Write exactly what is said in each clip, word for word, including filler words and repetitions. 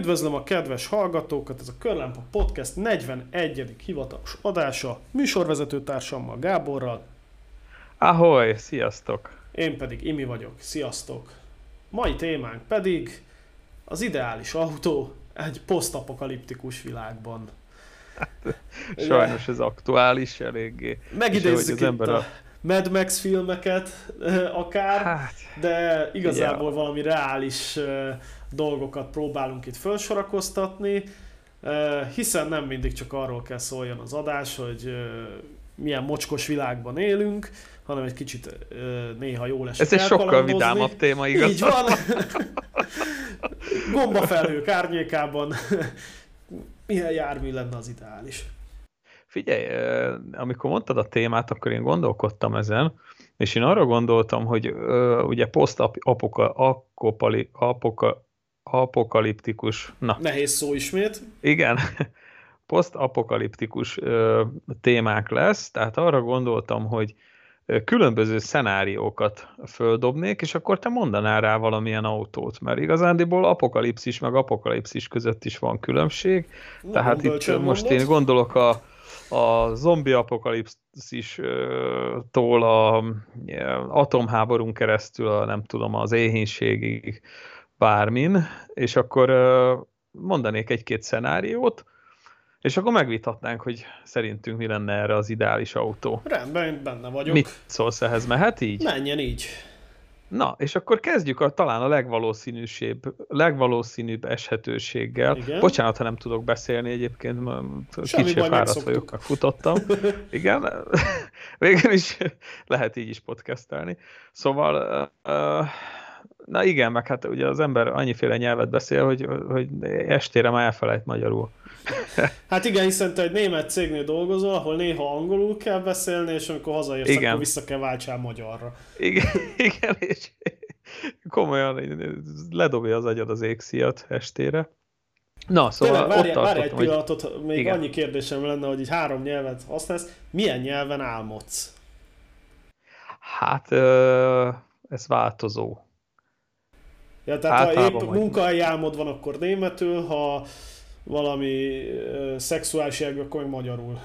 Üdvözlöm a kedves hallgatókat, ez a Körlámpa Podcast negyvenegyedik hivatalos adása, műsorvezető társammal, Gáborral. Ahoy, sziasztok! Én pedig Imi vagyok, sziasztok! Mai témánk pedig az ideális autó egy posztapokaliptikus világban. Sajnos ez aktuális eléggé. Megidézzük itt ember a a... Mad Max filmeket akár, hát, de igazából ja. valami reális dolgokat próbálunk itt felsorakoztatni, hiszen nem mindig csak arról kell szóljon az adás, hogy milyen mocskos világban élünk, hanem egy kicsit néha jól esik Ez egy sokkal vidámabb téma, igaz? Így van! Gombafelhők árnyékában milyen jármű lenne az ideális? Figyelj, amikor mondtad a témát, akkor én gondolkodtam ezen, és én arra gondoltam, hogy uh, ugye posztapokaliptikus, na. Nehéz szó ismét. Igen, posztapokaliptikus uh, témák lesz, tehát arra gondoltam, hogy különböző szenáriókat földobnék, és akkor te mondanál rá valamilyen autót, mert igazándiból apokalipszis meg apokalipszis között is van különbség, Na, tehát itt most mondod. Én gondolok a a zombi apokalipszistól a atomháborún keresztül, a, nem tudom, az éhínségig bármin, és akkor mondanék egy-két szenáriót, és akkor megvitatnánk, hogy szerintünk mi lenne erre az ideális autó. Rendben, én benne vagyok. Mit szólsz ehhez? Mehet így? Menjen így. Na, és akkor kezdjük a, talán a legvalószínűbb, legvalószínűbb eshetőséggel. Igen. Bocsánat, ha nem tudok beszélni egyébként, kicsi fáradt vagyok, megfutottam. Igen, végül is lehet így is podcastelni. Szóval, na igen, meg hát ugye az ember annyiféle nyelvet beszél, hogy, hogy estére már elfelejt magyarul. Hát igen, hiszen te egy német cégnél dolgozol, ahol néha angolul kell beszélni, és amikor hazaérsz, igen. akkor vissza kell váltsál magyarra. Igen, igen, és komolyan ledobja az agyad az égszíjat estére. Na, szóval Tényleg, várj, ott várj tartottam, egy pillanatot, hogy... még igen. annyi kérdésem lenne, hogy így három nyelvet használsz. Milyen nyelven álmodsz? Hát, ez változó. Ja, tehát ha épp munkahelyi álmod van, akkor németül, ha valami uh, szexuális jelgő, akkor meg magyarul.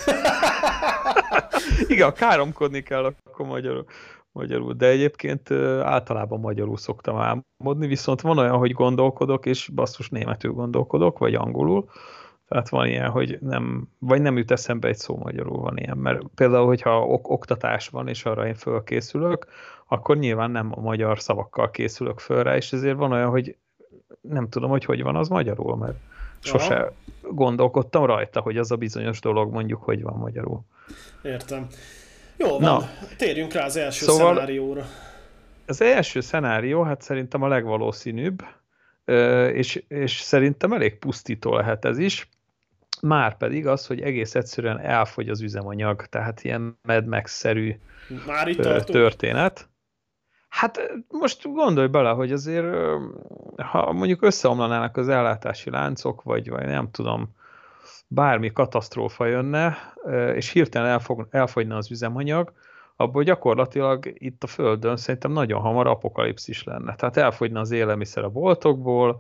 Igen, ha káromkodni kell, akkor magyarul. magyarul. De egyébként uh, általában magyarul szoktam álmodni, viszont van olyan, hogy gondolkodok, és basszus németül gondolkodok, vagy angolul. Tehát van ilyen, hogy nem, vagy nem jut eszembe egy szó magyarul, van ilyen. Mert például, hogyha ok- oktatás van, és arra én fölkészülök, akkor nyilván nem a magyar szavakkal készülök föl rá, és ezért van olyan, hogy nem tudom, hogy hogy van az magyarul, mert sose Aha. gondolkodtam rajta, hogy az a bizonyos dolog mondjuk, hogy van magyarul. Értem. Jó van, Na, térjünk rá az első szóval szenárióra. Az első szenárió, hát szerintem a legvalószínűbb, és, és szerintem elég pusztító lehet ez is, már pedig az, hogy egész egyszerűen elfogy az üzemanyag, tehát ilyen Mad Max-szerű Már itt történet. Hát most gondolj bele, hogy azért, ha mondjuk összeomlanának az ellátási láncok, vagy, vagy nem tudom, bármi katasztrófa jönne, és hirtelen elfog, elfogyna az üzemanyag, abból gyakorlatilag itt a Földön szerintem nagyon hamar apokalipszis lenne. Tehát elfogyna az élelmiszer a boltokból,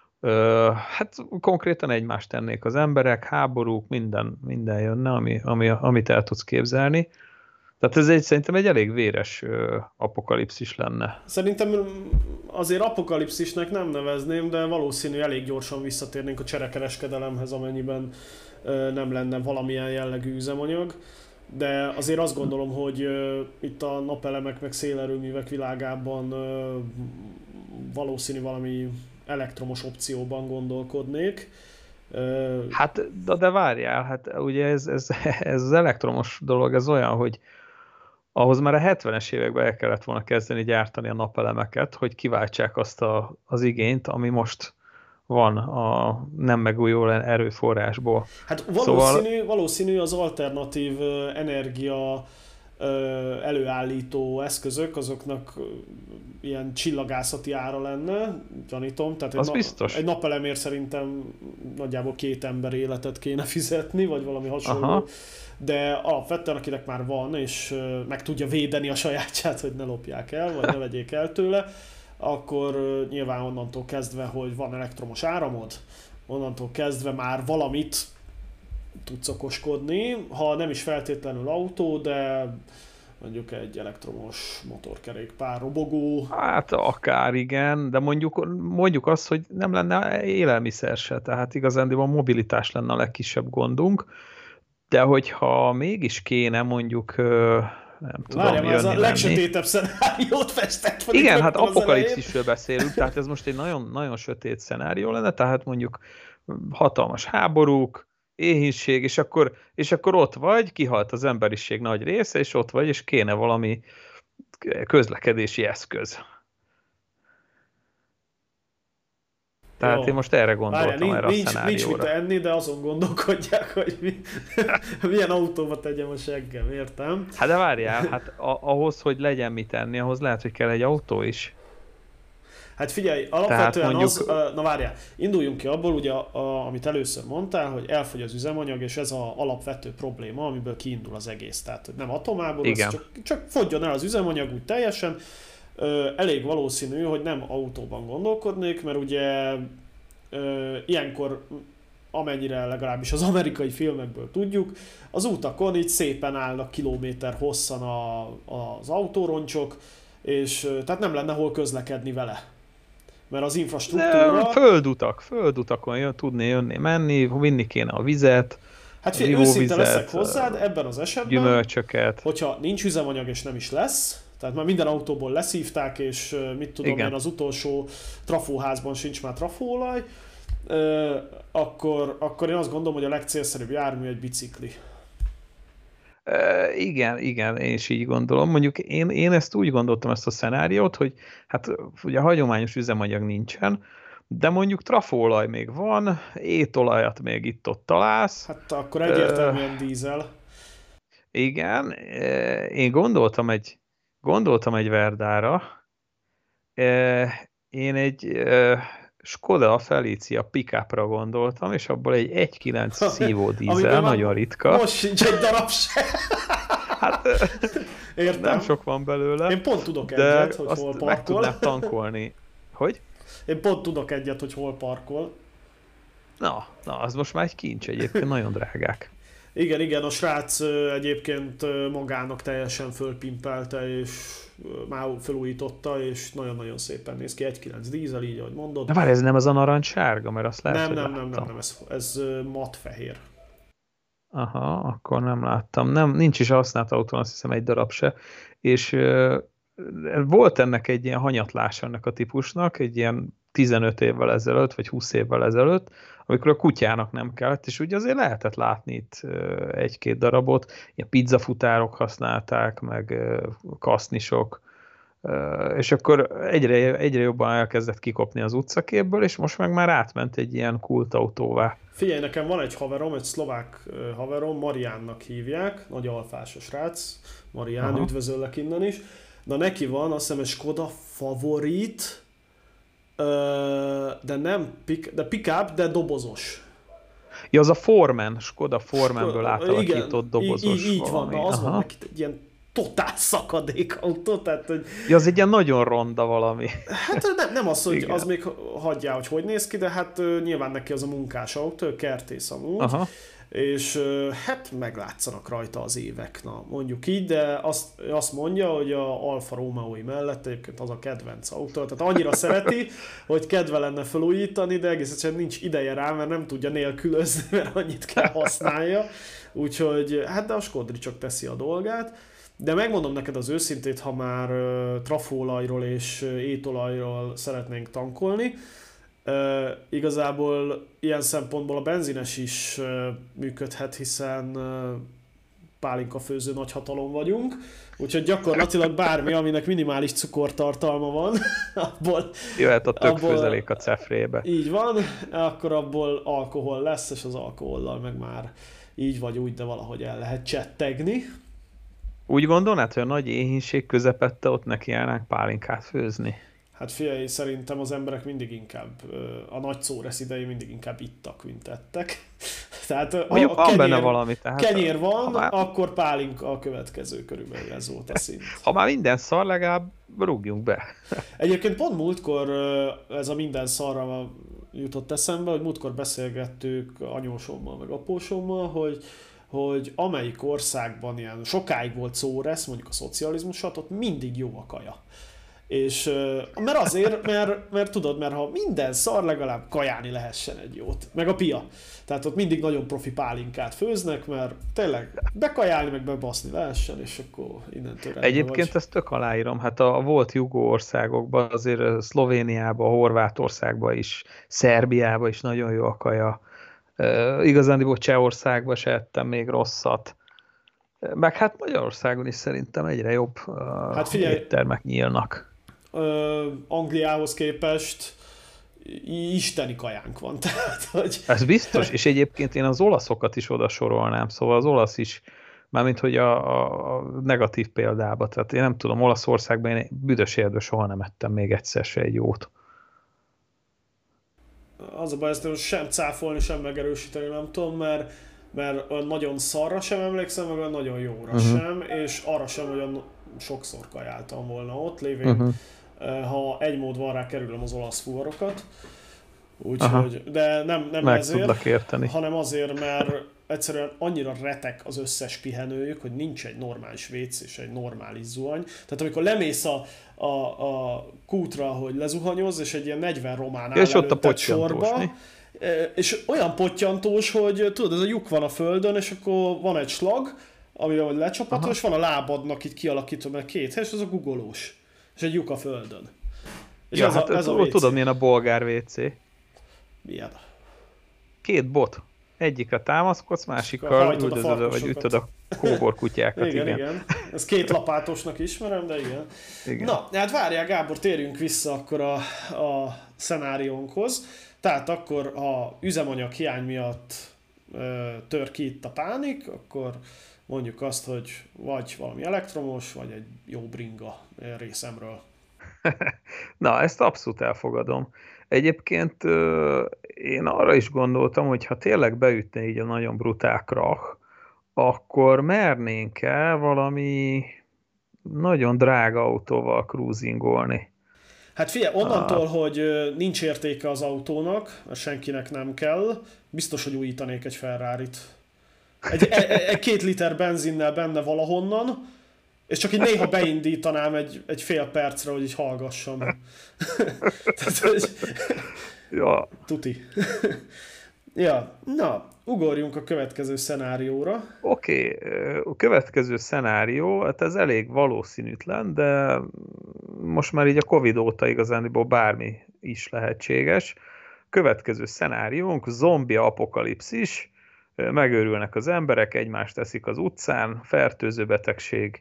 hát konkrétan egymást tennék az emberek, háborúk, minden, minden jönne, ami, ami, amit el tudsz képzelni. Tehát ez egy, szerintem egy elég véres ö, apokalipszis lenne. Szerintem azért apokalipszisnek nem nevezném, de valószínű elég gyorsan visszatérnénk a cserekereskedelemhez, amennyiben ö, nem lenne valamilyen jellegű üzemanyag. De azért azt gondolom, hogy ö, itt a napelemek meg szélerőművek világában ö, valószínű valami elektromos opcióban gondolkodnék. Ö, hát, de, de várjál, hát ugye ez, ez, ez az elektromos dolog, ez olyan, hogy ahhoz már a hetvenes években el kellett volna kezdeni gyártani a napelemeket, hogy kiváltsák azt a, az igényt, ami most van a nem megújuló erőforrásból. Hát valószínű, szóval... valószínű az alternatív energia előállító eszközök, azoknak ilyen csillagászati ára lenne, gyanítom. Tehát egy, az na- biztos. egy napelemért szerintem nagyjából két ember életet kéne fizetni, vagy valami hasonló. Aha. De alapvetően, akinek már van, és meg tudja védeni a sajátját, hogy ne lopják el, vagy ne vegyék el tőle, akkor ö, nyilván onnantól kezdve, hogy van elektromos áramod, onnantól kezdve már valamit tudsz okoskodni, ha nem is feltétlenül autó, de mondjuk egy elektromos motorkerékpár, robogó. Hát akár igen, de mondjuk, mondjuk azt, hogy nem lenne élelmiszer se, tehát igazán a mobilitás lenne a legkisebb gondunk, de hogyha mégis kéne mondjuk, ö, nem tudom, Várjál, jönni, az a menni. legsötétebb szenáriót festett fel. Igen, hát apokalipszisről beszélünk, tehát ez most egy nagyon, nagyon sötét szenárió lenne, tehát mondjuk hatalmas háborúk, éhínség, és akkor, és akkor ott vagy, kihalt az emberiség nagy része, és ott vagy, és kéne valami közlekedési eszköz. Tehát Jó. én most erre gondoltam, Várjál, erre nincs, a szenárióra. nincs mit enni, de azon gondolkodják, hogy mi, milyen autóba tegyem a seggem, értem? Hát de várjál, hát ahhoz, hogy legyen mit enni, ahhoz lehet, hogy kell egy autó is. Hát figyelj, alapvetően mondjuk... az, na várjál, induljunk ki abból, ugye, a, a, amit először mondtál, hogy elfogy az üzemanyag, és ez az alapvető probléma, amiből kiindul az egész. Tehát, hogy nem atomából, csak, csak fogyjon el az üzemanyag úgy teljesen. Ö, elég valószínű, hogy nem autóban gondolkodnék, mert ugye ö, ilyenkor, amennyire legalábbis az amerikai filmekből tudjuk, az utakon így szépen állnak kilométer hosszan a, az autóroncsok, és tehát nem lenne hol közlekedni vele. Mert az infrastruktúra... De földutak, földutakon jön, tudné jönni, menni, vinni kéne a vizet, hát fél, őszinte leszek hozzád ebben az esetben, gyümölcsöket. Hogyha nincs üzemanyag és nem is lesz, tehát már minden autóból leszívták, és mit tudom Igen. én, az utolsó trafóházban sincs már trafóolaj, akkor, akkor én azt gondolom, hogy a legcélszerűbb jármű egy bicikli. Uh, igen, igen, én is így gondolom. Mondjuk én, én ezt úgy gondoltam, ezt a szenáriót, hogy hát ugye hagyományos üzemanyag nincsen, de mondjuk trafóolaj még van, étolajat még itt-ott találsz. Hát akkor egyértelműen uh, dízel. Igen, én gondoltam egy, gondoltam egy Verdára. Én egy Skoda Felicia pick-upra gondoltam, és abból egy egy egész kilenc szívó dízel, nagyon ritka. Most sincs egy darab se. Hát értem. Nem sok van belőle. Én pont tudok egyet, hogy hol parkol. Meg tudnám tankolni. Hogy? Én pont tudok egyet, hogy hol parkol. Na, na, az most már egy kincs egyébként, nagyon drágák. Igen, igen, a srác egyébként magának teljesen fölpimpelte, és már felújította, és nagyon-nagyon szépen néz ki. egy egész kilenc dízel, így ahogy mondod. De várj, ez nem az a narancssárga, mert azt lehet, nem, hogy nem, láttam. nem, nem, nem, ez, ez matfehér. Aha, akkor nem láttam. Nem, nincs is használt autón, azt hiszem egy darab se. És uh, volt ennek egy ilyen hanyatlása ennek a típusnak, egy ilyen tizenöt évvel ezelőtt, vagy húsz évvel ezelőtt, amikor a kutyának nem kellett, és ugye azért lehetett látni itt uh, egy-két darabot, ilyen pizzafutárok használták, meg uh, kasznisok, uh, és akkor egyre, egyre jobban elkezdett kikopni az utcaképből, és most meg már átment egy ilyen kultautóvá. Figyelj, nekem van egy haverom, egy szlovák haverom, Mariánnak hívják, nagy alfás a srác, Marián, aha, üdvözöllek innen is. Na neki van, azt hiszem, egy Skoda Favorit, de nem, pick, de pick-up, de dobozos. Ja, az a Foreman, Skoda Foremanből átalakított igen, dobozos így, így van, na az aha, van neki egy ilyen totál szakadék autó, tehát hogy... Ja, az egy ilyen nagyon ronda valami. Hát nem, nem az, hogy igen, az még hagyjál, hogy hogy néz ki, de hát nyilván neki az a munkás autó, kertész amúgy, aha, és hát meglátszanak rajta az évek, na mondjuk így, de azt, azt mondja, hogy a Alfa Romeo-i mellett egyébként az a kedvenc autó, tehát annyira szereti, hogy kedve lenne felújítani, de egész egyszerűen nincs ideje rá, mert nem tudja nélkülözni, mert annyit kell használja, úgyhogy hát de a Skodri csak teszi a dolgát. De megmondom neked az őszintét, ha már uh, trafóolajról és uh, étolajról szeretnénk tankolni, uh, igazából ilyen szempontból a benzines is uh, működhet, hiszen uh, pálinkafőző nagyhatalom vagyunk, úgyhogy gyakorlatilag bármi, aminek minimális cukortartalma van, abból... Jöhet a tök főzelék a cefrébe. Így van, akkor abból alkohol lesz, és az alkohollal meg már így vagy úgy, de valahogy el lehet csettegni. Úgy gondolnád, hogy a nagy éhínség közepette ott nekiállnánk pálinkát főzni? Hát figyelj, szerintem az emberek mindig inkább, a nagy szóresz idején mindig inkább ittak, mint ettek. Tehát ha Mondjuk a van kenyér, benne valami. Tehát kenyér van, már, akkor pálinka a következő, körülbelül ez volt a szint. Ha már minden szar, legalább rúgjunk be. Egyébként pont múltkor ez a minden szarra jutott eszembe, hogy múltkor beszélgettük anyósommal, meg apósommal, hogy, hogy amelyik országban ilyen sokáig volt szóresz, mondjuk a szocializmus alatt, ott mindig jó a kaja. És mert azért, mert, mert tudod, mert ha minden szar, legalább kajálni lehessen egy jót. Meg a pia. Tehát ott mindig nagyon profi pálinkát főznek, mert tényleg bekajálni, meg bebaszni lehessen, és akkor innentől rendben Egyébként vagy. ezt tök aláírom. Hát a, a volt jugó országokban, azért Szlovéniában, Horvátországban is, Szerbiában is nagyon jó a kaja. E, igazándiból Csehországban se ettem még rosszat. Meg hát Magyarországon is szerintem egyre jobb Hát figyelj, éttermek nyílnak. Ö, Angliához képest isteni kajánk van. Tehát, hogy... Ez biztos, és egyébként én az olaszokat is oda sorolnám, szóval az olasz is, mármint hogy a, a negatív példába, tehát én nem tudom, Olaszországban én büdös életben soha nem ettem még egyszer se egy jót. Az a baj, ezt sem cáfolni, sem megerősíteni nem tudom, mert, mert olyan nagyon szarra sem emlékszem, meg olyan nagyon jóra uh-huh. sem, és arra sem olyan sokszor kajáltam volna ott, lévén uh-huh. ha egy mód van rá, kerülöm az olasz fuvarokat. Úgyhogy, de nem, nem ezért, hanem azért, mert egyszerűen annyira retek az összes pihenőjük, hogy nincs egy normális vécé és egy normális zuhany. Tehát amikor lemész a, a, a kútra, hogy lezuhanyoz, és egy ilyen negyven román áll előtted sorba, mi? És olyan pottyantós, hogy tudod, ez a lyuk van a földön, és akkor van egy slag, amivel lecsapható, és van a lábadnak így kialakítva, meg két hely, és az a gugolós. És egy lyuk a földön. És ja, ez hát a, ez a tudod, milyen a bolgár vécé? Milyen? Két bot. Egyikre támaszkodsz, másikkal üldözöd, vagy ütöd a kóborkutyákat. igen, igen, igen. Ez két lapátosnak ismerem, de igen. igen. Na, hát várjál Gábor, térjünk vissza akkor a, a szenáriónkhoz. Tehát akkor, ha üzemanyag hiány miatt ö, tör ki itt a pánik, akkor mondjuk azt, hogy vagy valami elektromos, vagy egy jó bringa részemről. Na, ezt abszolút elfogadom. Egyébként én arra is gondoltam, hogy ha tényleg beütne így a nagyon brutál krach, akkor mernénk-e valami nagyon drága autóval cruisingolni? Hát figyelj, onnantól, ah. hogy nincs értéke az autónak, senkinek nem kell, biztos, hogy újítanék egy Ferrarit. Egy, egy, egy két liter benzinnel benne valahonnan, és csak így néha beindítanám egy, egy fél percre, hogy így hallgassam. Tehát, hogy... Ja. Tuti. Ja, na, ugorjunk a következő szenárióra. Oké, okay. A következő szenárió, hát ez elég valószínűtlen, de most már így a Covid óta igazándiból bármi is lehetséges. Következő szenáriónk, zombi apokalipszis, megőrülnek az emberek, egymást teszik az utcán, fertőző betegség,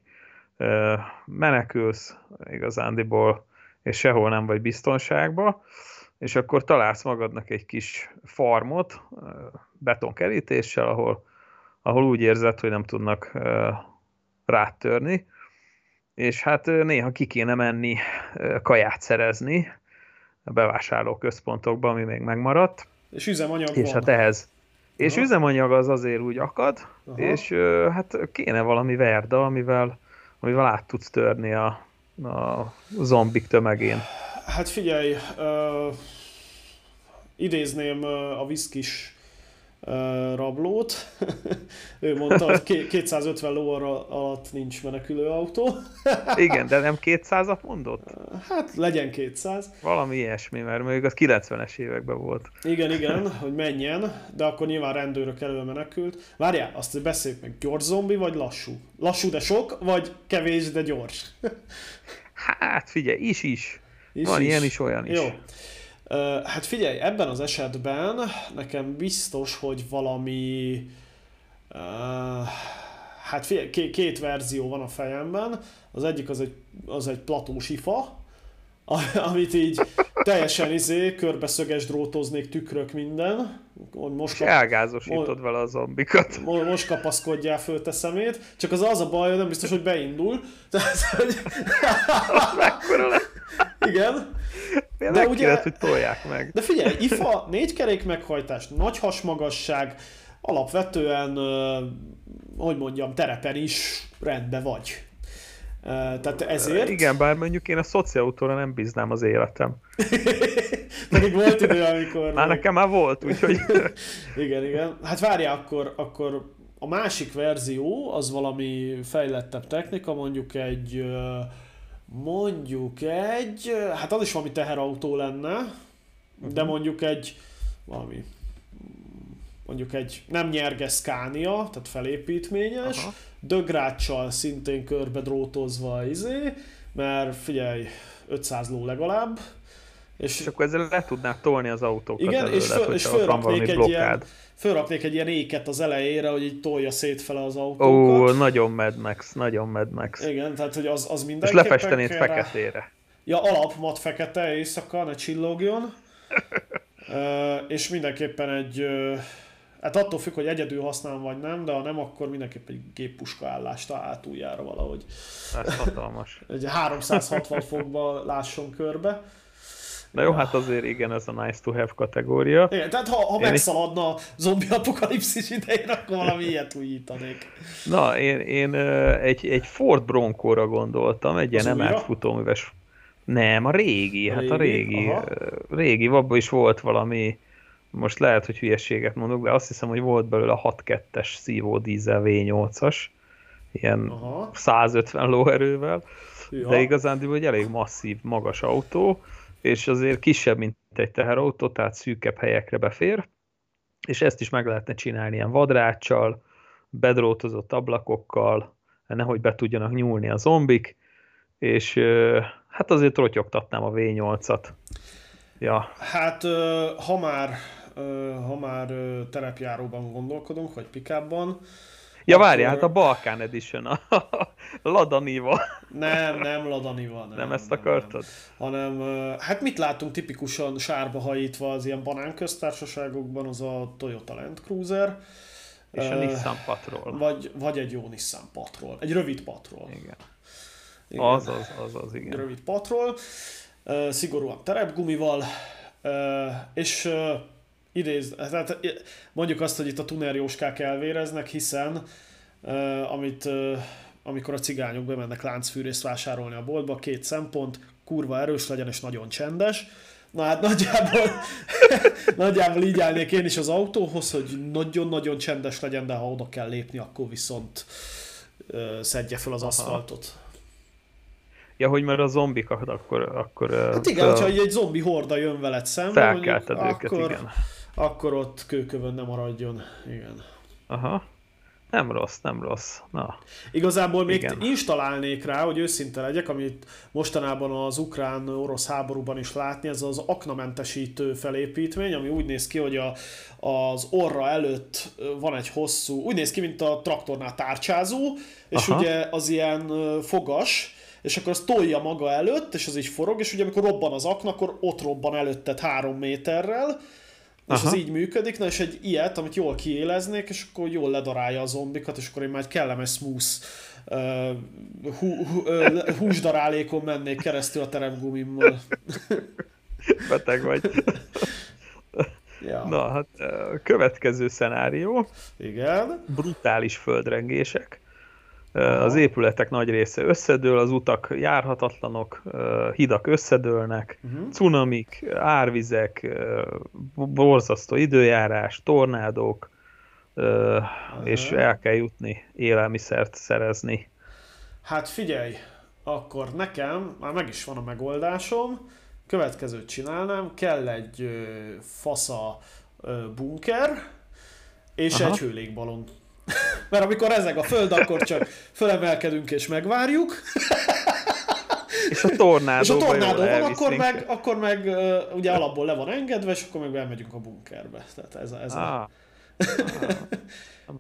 menekülsz igazándiból, és sehol nem vagy biztonságban, és akkor találsz magadnak egy kis farmot betonkerítéssel, ahol, ahol úgy érzed, hogy nem tudnak rád törni, és hát néha ki kéne menni kaját szerezni a bevásárlóközpontokban, ami még megmaradt. És üzemanyag és van. Hát ehhez. És Aha. üzemanyag az azért úgy akad, Aha. és hát kéne valami verda, amivel, amivel át tudsz törni a, a zombik tömegén. Hát figyelj, uh, idézném uh, a viszkis uh, rablót. Ő mondta, hogy kétszázötven ló alatt nincs menekülő autó. Igen, de nem kétszázat mondott? Hát legyen kétszáz. Valami ilyesmi, mert még az kilencvenes években volt. Igen, igen, hogy menjen, de akkor nyilván rendőrök elől menekült. Várjál, azt beszéljük meg, gyors zombi vagy lassú? Lassú, de sok, vagy kevés, de gyors? Hát figyelj, is-is. Is, Van is. ilyen is, olyan is. Jó. Uh, hát figyelj, ebben az esetben nekem biztos, hogy valami... Uh, hát figyelj, két verzió van a fejemben. Az egyik az egy, az egy platós ifa, amit így teljesen izé, körbeszöges drótoznék, tükrök minden. Most kap... elgázosítod vele a zombikat. Most kapaszkodjál föl te szemét. Csak az az a baj, hogy nem biztos, hogy beindul. Tehát, hogy... Mekkora le... Igen. De ugye, kéred, hogy tolják meg. De figyelj, ifa, négy kerék meghajtás, nagy hasmagasság, alapvetően, hogy mondjam, terepen is rendben vagy. Tehát ezért... Igen, bár mondjuk én a szociautóra nem bíznám az életem. Pedig volt idő, amikor... Már nekem már volt, úgyhogy... igen, igen. Hát várjál, akkor, akkor a másik verzió az valami fejlettebb technika, mondjuk egy... Mondjuk egy... Hát az is valami teherautó lenne, de mondjuk egy... Valami... Mondjuk egy nem nyerges Scania, tehát felépítményes, aha, dögráccsal szintén körbe drótozva izé, mert figyelj, ötszáz ló legalább. És, és akkor ezzel le tudnák tolni az autókat igen, előle, és, föl, és fölraknék, egy ilyen, fölraknék egy ilyen éket az elejére, hogy így tolja szétfele az autókat. Ó, nagyon Mad Max, nagyon Mad Max. Igen, tehát hogy az, az mindenképpen... És lefestenéd kell... feketére. Ja, alapmat fekete, éjszaka, ne csillogjon. uh, és mindenképpen egy... Uh, Hát attól függ, hogy egyedül használom vagy nem, de ha nem, akkor mindenképp egy géppuska állást a hátuljára valahogy. Ez hatalmas. Egy háromszázhatvan fokba lásson körbe. Na jó, hát azért igen, ez a nice to have kategória. Igen, tehát ha, ha megszaladna a zombi apokalipszis idején, akkor valami ilyet újítanék. Na, én, én egy, egy Ford Broncóra gondoltam, egy ilyen emelt futóműves. Nem, a régi, a hát régi? a régi. Aha. Régi, abban is volt valami... Most lehet, hogy hülyeséget mondok, de azt hiszem, hogy volt belőle a hat kettes szívó dízel vé nyolcas, ilyen aha, százötven lóerővel, ja, de igazán egy elég masszív, magas autó, és azért kisebb, mint egy teherautó, tehát szűkebb helyekre befér, és ezt is meg lehetne csinálni ilyen vadráccsal, bedrótozott ablakokkal, nehogy be tudjanak nyúlni a zombik, és hát azért rotyogtatnám a vé nyolcat. Ja. Hát, ha már, ha már terepjáróban gondolkodunk, vagy pick-upban... Ja, akkor... várjál, hát a Balkán Edition, a Lada Niva. Nem, nem Lada Niva. Nem, nem ezt akartad? Nem, nem. Hanem, hát mit látunk tipikusan sárba hajítva az ilyen banánköztársaságokban, az a Toyota Land Cruiser. És a uh, Nissan Patrol. Vagy, vagy egy jó Nissan Patrol. Egy rövid Patrol. Igen. Igen. Az, az, az, az, igen. Rövid Patrol. Uh, szigorúan terepgumival, uh, és uh, idéz, tehát mondjuk azt, hogy itt a tuner jóskák elvéreznek, hiszen uh, amit, uh, amikor a cigányok bemennek láncfűrészt vásárolni a boltba, két szempont, kurva erős legyen és nagyon csendes. Na hát nagyjából, nagyjából így állnék én is az autóhoz, hogy nagyon-nagyon csendes legyen, de ha oda kell lépni, akkor viszont uh, szedje fel az aha, aszfaltot. Ja, hogy mert a zombikat akkor... akkor hát igen, hogyha egy zombi horda jön veled szembe, felkelted őket, akkor, igen. Akkor ott kőkövön nem maradjon, igen. Aha, nem rossz, nem rossz. Na. Igazából még igen, installálnék rá, hogy őszinte legyek, amit mostanában az ukrán-orosz háborúban is látni, ez az aknamentesítő felépítmény, ami úgy néz ki, hogy a, az orra előtt van egy hosszú, úgy néz ki, mint a traktornál tárcsázó, és aha, ugye az ilyen fogas, és akkor az tolja maga előtt, és az így forog, és ugye amikor robban az akna, akkor ott robban előtted három méterrel, és aha, az így működik, na és egy ilyet, amit jól kiéleznék, és akkor jól ledarálja a zombikat, és akkor én már egy kellemes smooth uh, hú, hú, uh, húsdarálékon mennék keresztül a terepgumimmal. Beteg vagy. Ja. Na, hát következő szenárió. Igen. Brutális földrengések. Az épületek nagy része összedől, az utak járhatatlanok, hidak összedőlnek, uh-huh, cunamik, árvizek, borzasztó időjárás, tornádók, uh-huh, és el kell jutni élelmiszert szerezni. Hát figyelj, akkor nekem már meg is van a megoldásom, következőt csinálnám, kell egy fasza bunker és aha, egy hőlégballon. Mert amikor rezeg a föld, akkor csak fölemelkedünk és megvárjuk. És a tornádó, és a tornádó van, akkor meg, akkor meg uh, ugye alapból le van engedve, és akkor meg elmegyünk a bunkerbe. Tehát ez a... Ez ah. a... ah.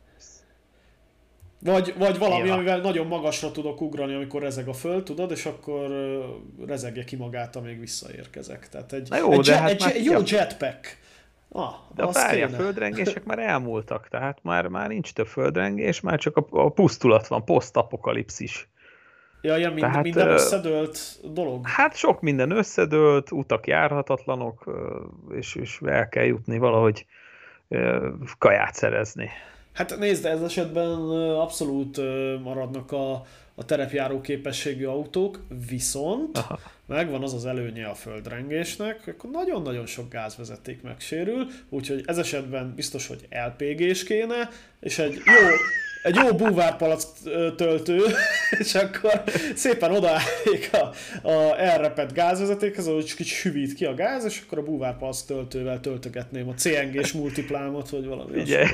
vagy, vagy valami, ja, amivel nagyon magasra tudok ugrani, amikor rezeg a föld, tudod, és akkor uh, rezegje ki magát, amíg visszaérkezek. Tehát egy, jó, egy, jet, hát egy, egy jó jetpack. Ah, de a párja földrengések már elmúltak, tehát már, már nincs több földrengés, már csak a, a pusztulat van, posztapokalipszis. Ja, ja, minden, minden összedőlt dolog? Hát sok minden összedőlt, utak járhatatlanok, és, és el kell jutni valahogy kaját szerezni. Hát nézd, ez esetben abszolút maradnak a, a terepjáró képességű autók, viszont Aha. megvan az az előnye a földrengésnek, akkor nagyon-nagyon sok gázvezeték megsérül, úgyhogy ez esetben biztos, hogy el pé gés kéne, és egy jó, egy jó búvárpalack töltő, és akkor szépen odaállik a, a elrepett gázvezetékhez, ahogy kicsit hűvít ki a gáz, és akkor a búvárpalack töltővel töltögetném a cé en gés multiplámot, vagy valami. Ugye.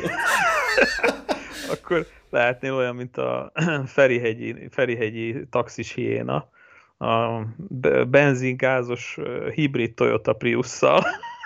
Akkor lehetnél olyan, mint a Ferihegyi, Ferihegyi taxis hiéna, a benzingázos hibrid Toyota Priusszal.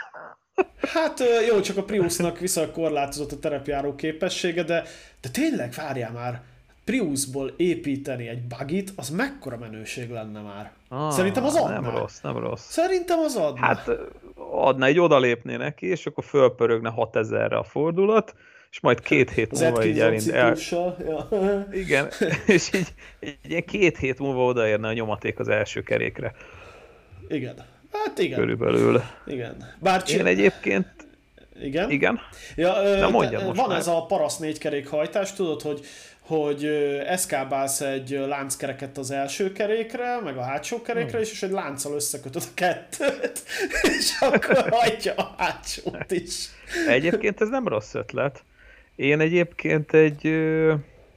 Hát jó, csak a Priusnak viszonylag korlátozott a terepjáró képessége, de, de tényleg várjál már, Priusból építeni egy buggyt, az mekkora menőség lenne már? Ah, Szerintem az adná. Nem rossz, nem rossz. Szerintem az adná. Hát adna, egy odalépné neki, és akkor fölpörögne hatezerre a fordulat, és majd két hét az múlva így elint el... Ja. Igen, és így, így ilyen két hét múlva odaérne a nyomaték az első kerékre. Igen. Hát igen. Körülbelül. Igen. Bár Én csin... egyébként... Igen? Igen? Ja, Na, mondjad most van már. Ez a paraszt négykerékhajtás, tudod, hogy hogy eszkábálsz egy lánckereket az első kerékre, meg a hátsó kerékre, hmm. és egy lánccal összekötöd a kettőt, és akkor hajtja a hátsót is. Egyébként ez nem rossz ötlet. Én egyébként egy uh,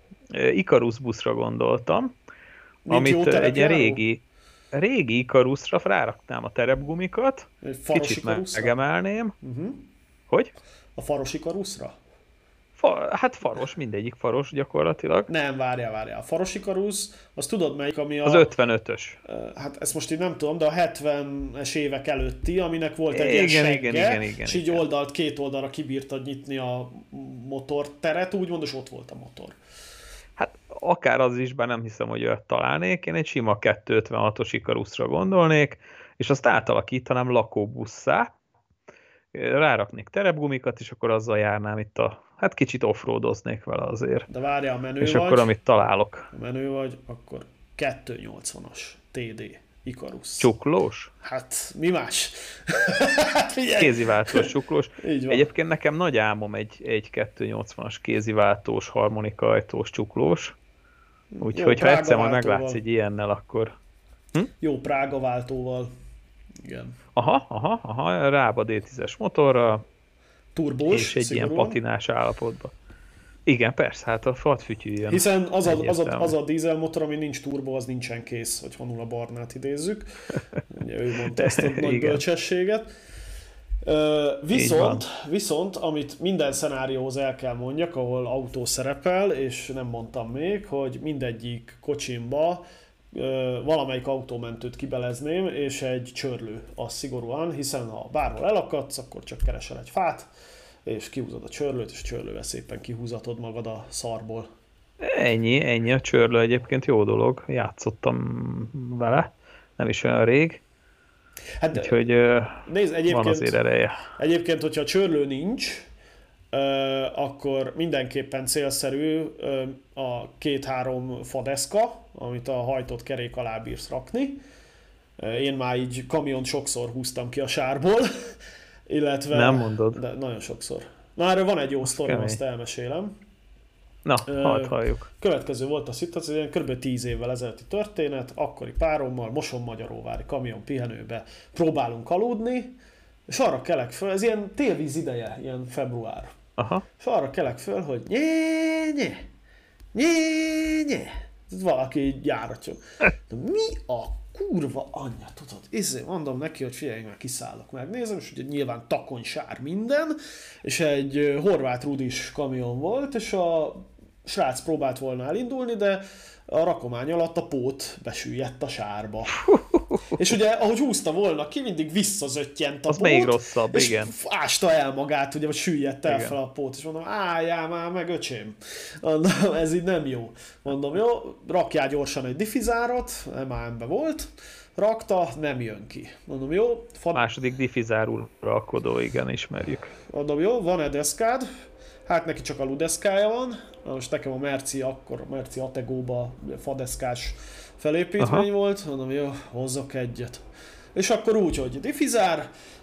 Icarus buszra gondoltam, Mint amit egy ilyen régi, régi Icarusra ráraknám a terepgumikat, kicsit Icarusra? Megemelném. Uh-huh. Hogy? A faros Icarusra? Fa, hát faros, mindegyik faros gyakorlatilag. Nem, várjál, várjál. A faros Icarus, az tudod melyik, ami a... Az ötvenötös. Hát ezt most így nem tudom, de a hetvenes évek előtti, aminek volt egy igen, ilyen segge, igen, igen, igen, és így oldalt, két oldalra kibírtad nyitni a motorteret, úgymond, és ott volt a motor. Hát akár az is, bár nem hiszem, hogy olyat találnék. Én egy sima kétszázötvenhatos Icarusra gondolnék, és azt átalakítanám lakóbusszá, ráraknék terepgumikat, és akkor azzal járnám itt a... Hát kicsit offroadoznék vele azért. De várjál, a menő és vagy. És akkor amit találok. A menő vagy, akkor kétszáznyolcvanas té dé Icarus. Csuklós? Hát mi más? Hát, kéziváltós csuklós. Egyébként nekem nagy álmom egy, egy kétszáznyolcvanas kéziváltós, harmonikaajtós csuklós. Úgyhogy ha egyszer majd meglátsz egy ilyennel, akkor... Hm? Jó Prága váltóval. Igen. Aha, aha, aha, rába dé tízes motorra. Turbós, és egy szigorúan. Ilyen patinás állapotban. Igen, persze, hát a fatfütyű ilyen. Hiszen az a, az, a, az a dízelmotor, ami nincs turbo, az nincsen kész, hogy Hanula Barnát idézzük. Ugye ő mondta ezt a nagy bölcsességet. Viszont, viszont, amit minden szenárióhoz el kell mondjak, ahol autó szerepel, és nem mondtam még, hogy mindegyik kocsimba valamelyik autómentőt kibelezném, és egy csörlő, az szigorúan, hiszen ha bárhol elakadsz, akkor csak keresel egy fát, és kihúzod a csörlőt, és csörlővel szépen kihúzatod magad a szarból. Ennyi, ennyi a csörlő egyébként jó dolog, játszottam vele, nem is olyan rég, hát, úgyhogy nézd, van azért ereje. Egyébként, hogyha a csörlő nincs, Uh, akkor mindenképpen célszerű uh, a két-három fadeszka, amit a hajtott kerék alá bírsz rakni. Uh, én már így kamiont sokszor húztam ki a sárból, illetve... Nem mondod. De nagyon sokszor. Na, erről van egy jó sztorim, azt elmesélem. Na, uh, hadd halljuk. Következő volt a szituáció, ilyen kb. tíz évvel ezelőtti történet, akkori párommal Moson-Magyaróvári kamion pihenőbe próbálunk aludni, és arra kelek föl, ez ilyen télvíz ideje, ilyen február. Aha. És arra kelek föl, hogy nyé, nyé, nyé, nyé. Valaki így járatja. De mi a kurva anyja, tudod? Izé, mondom neki, hogy figyelj, már kiszállok, megnézem, és ugye nyilván takony sár minden, és egy horvát rudis kamion volt, és a srác próbált volna elindulni, de a rakomány alatt a pót besüllyedt a sárba. És ugye, ahogy húzta volna ki, mindig visszazöttyent a az pót. Még rosszabb, és igen. ásta el magát, ugye, vagy süllyedt el fel a pót. És mondom, álljál már meg, öcsém. Mondom, ez így nem jó. Mondom, jó, rakjál gyorsan egy diffizárat, em á em-be volt, rakta, nem jön ki. Mondom, jó. Fad... Második diffizárul rakodó, igen, ismerjük. Mondom, jó, van-e deszkád? Hát neki csak aludeszkája van. Na most nekem a Merci, akkor a Merci Ategóba fadeszkás felépítmény Aha. volt. Mondom, jó, hozzak egyet. És akkor úgy, hogy diffizár,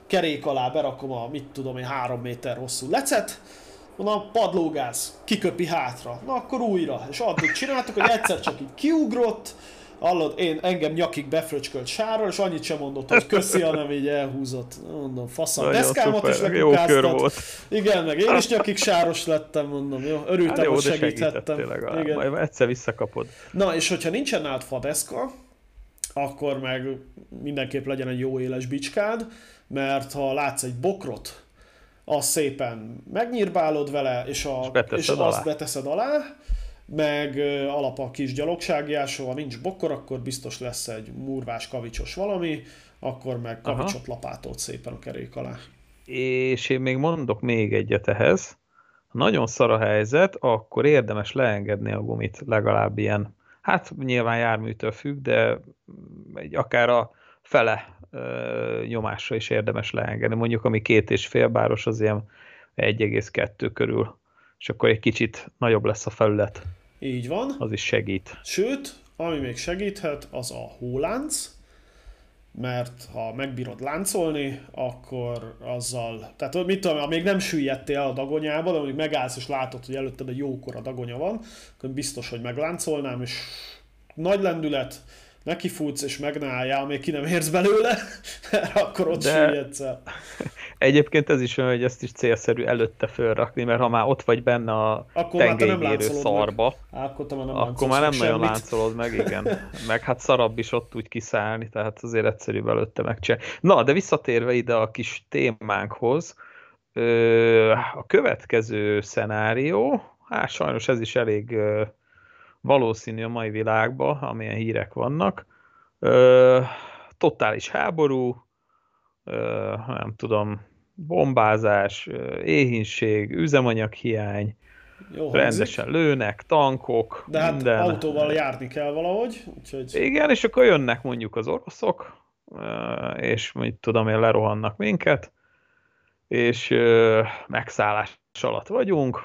kerék alá berakom a, mit tudom én, három méter hosszú lecet, mondom, padlógáz, kiköpi hátra, na akkor újra, és addig csináltuk, hogy egyszer csak így kiugrott, hallod, én engem nyakig befröcskölt sárral, és annyit sem mondott, hogy köszi, hanem így elhúzott. Mondom, faszom, deszkámat is lekukáztat. Igen, meg én is nyakig sáros lettem, mondom, jó, örültem, hát jó, hogy segíthettem. Igen. Majd egyszer visszakapod. Na, és hogyha nincsen nálad fadeszka, akkor meg mindenképp legyen egy jó éles bicskád, mert ha látsz egy bokrot, azt szépen megnyírbálod vele, és, a, és, és azt beteszed alá, meg alap a kis gyalogságjásó, ha nincs bokor, akkor biztos lesz egy murvás, kavicsos valami, akkor meg kavicsot Aha. lapátolod szépen a kerék alá. És én még mondok még egyet ehhez. Ha nagyon szar a helyzet, akkor érdemes leengedni a gumit legalább ilyen, hát nyilván járműtől függ, de egy akár a fele ö, nyomásra is érdemes leengedni. Mondjuk ami két és fél báros, az ilyen egy egész kettő körül, és akkor egy kicsit nagyobb lesz a felület. Így van. Az is segít. Sőt, ami még segíthet, az a hólánc, mert ha megbírod láncolni, akkor azzal, tehát mit tudom, amíg nem süllyedtél a dagonyába, de amíg megállsz és látod, hogy előtted egy jókora dagonya van, akkor biztos, hogy megláncolnám, és nagy lendület, nekifutsz és meg ne álljál, még ki nem érsz belőle, mert akkor ott de... süllyedsz el. Egyébként ez is olyan, hogy ezt is célszerű előtte fölrakni, mert ha már ott vagy benne a tengelyvérő szarba, meg. Akkor, te már nem, akkor már nem nagyon semmit. láncolod meg, igen. Meg hát szarabb is ott úgy kiszállni, tehát azért egyszerűbb előtte megcsinálni. Na, de visszatérve ide a kis témánkhoz, a következő szenárió, hát sajnos ez is elég valószínű a mai világban, amilyen hírek vannak, totális háború, nem tudom, bombázás, éhínség, üzemanyaghiány, Jó, rendesen lőnek, tankok, de minden. Hát autóval járni kell valahogy. Úgyhogy... Igen, és akkor jönnek mondjuk az oroszok, és mit tudom én, lerohannak minket, és megszállás alatt vagyunk,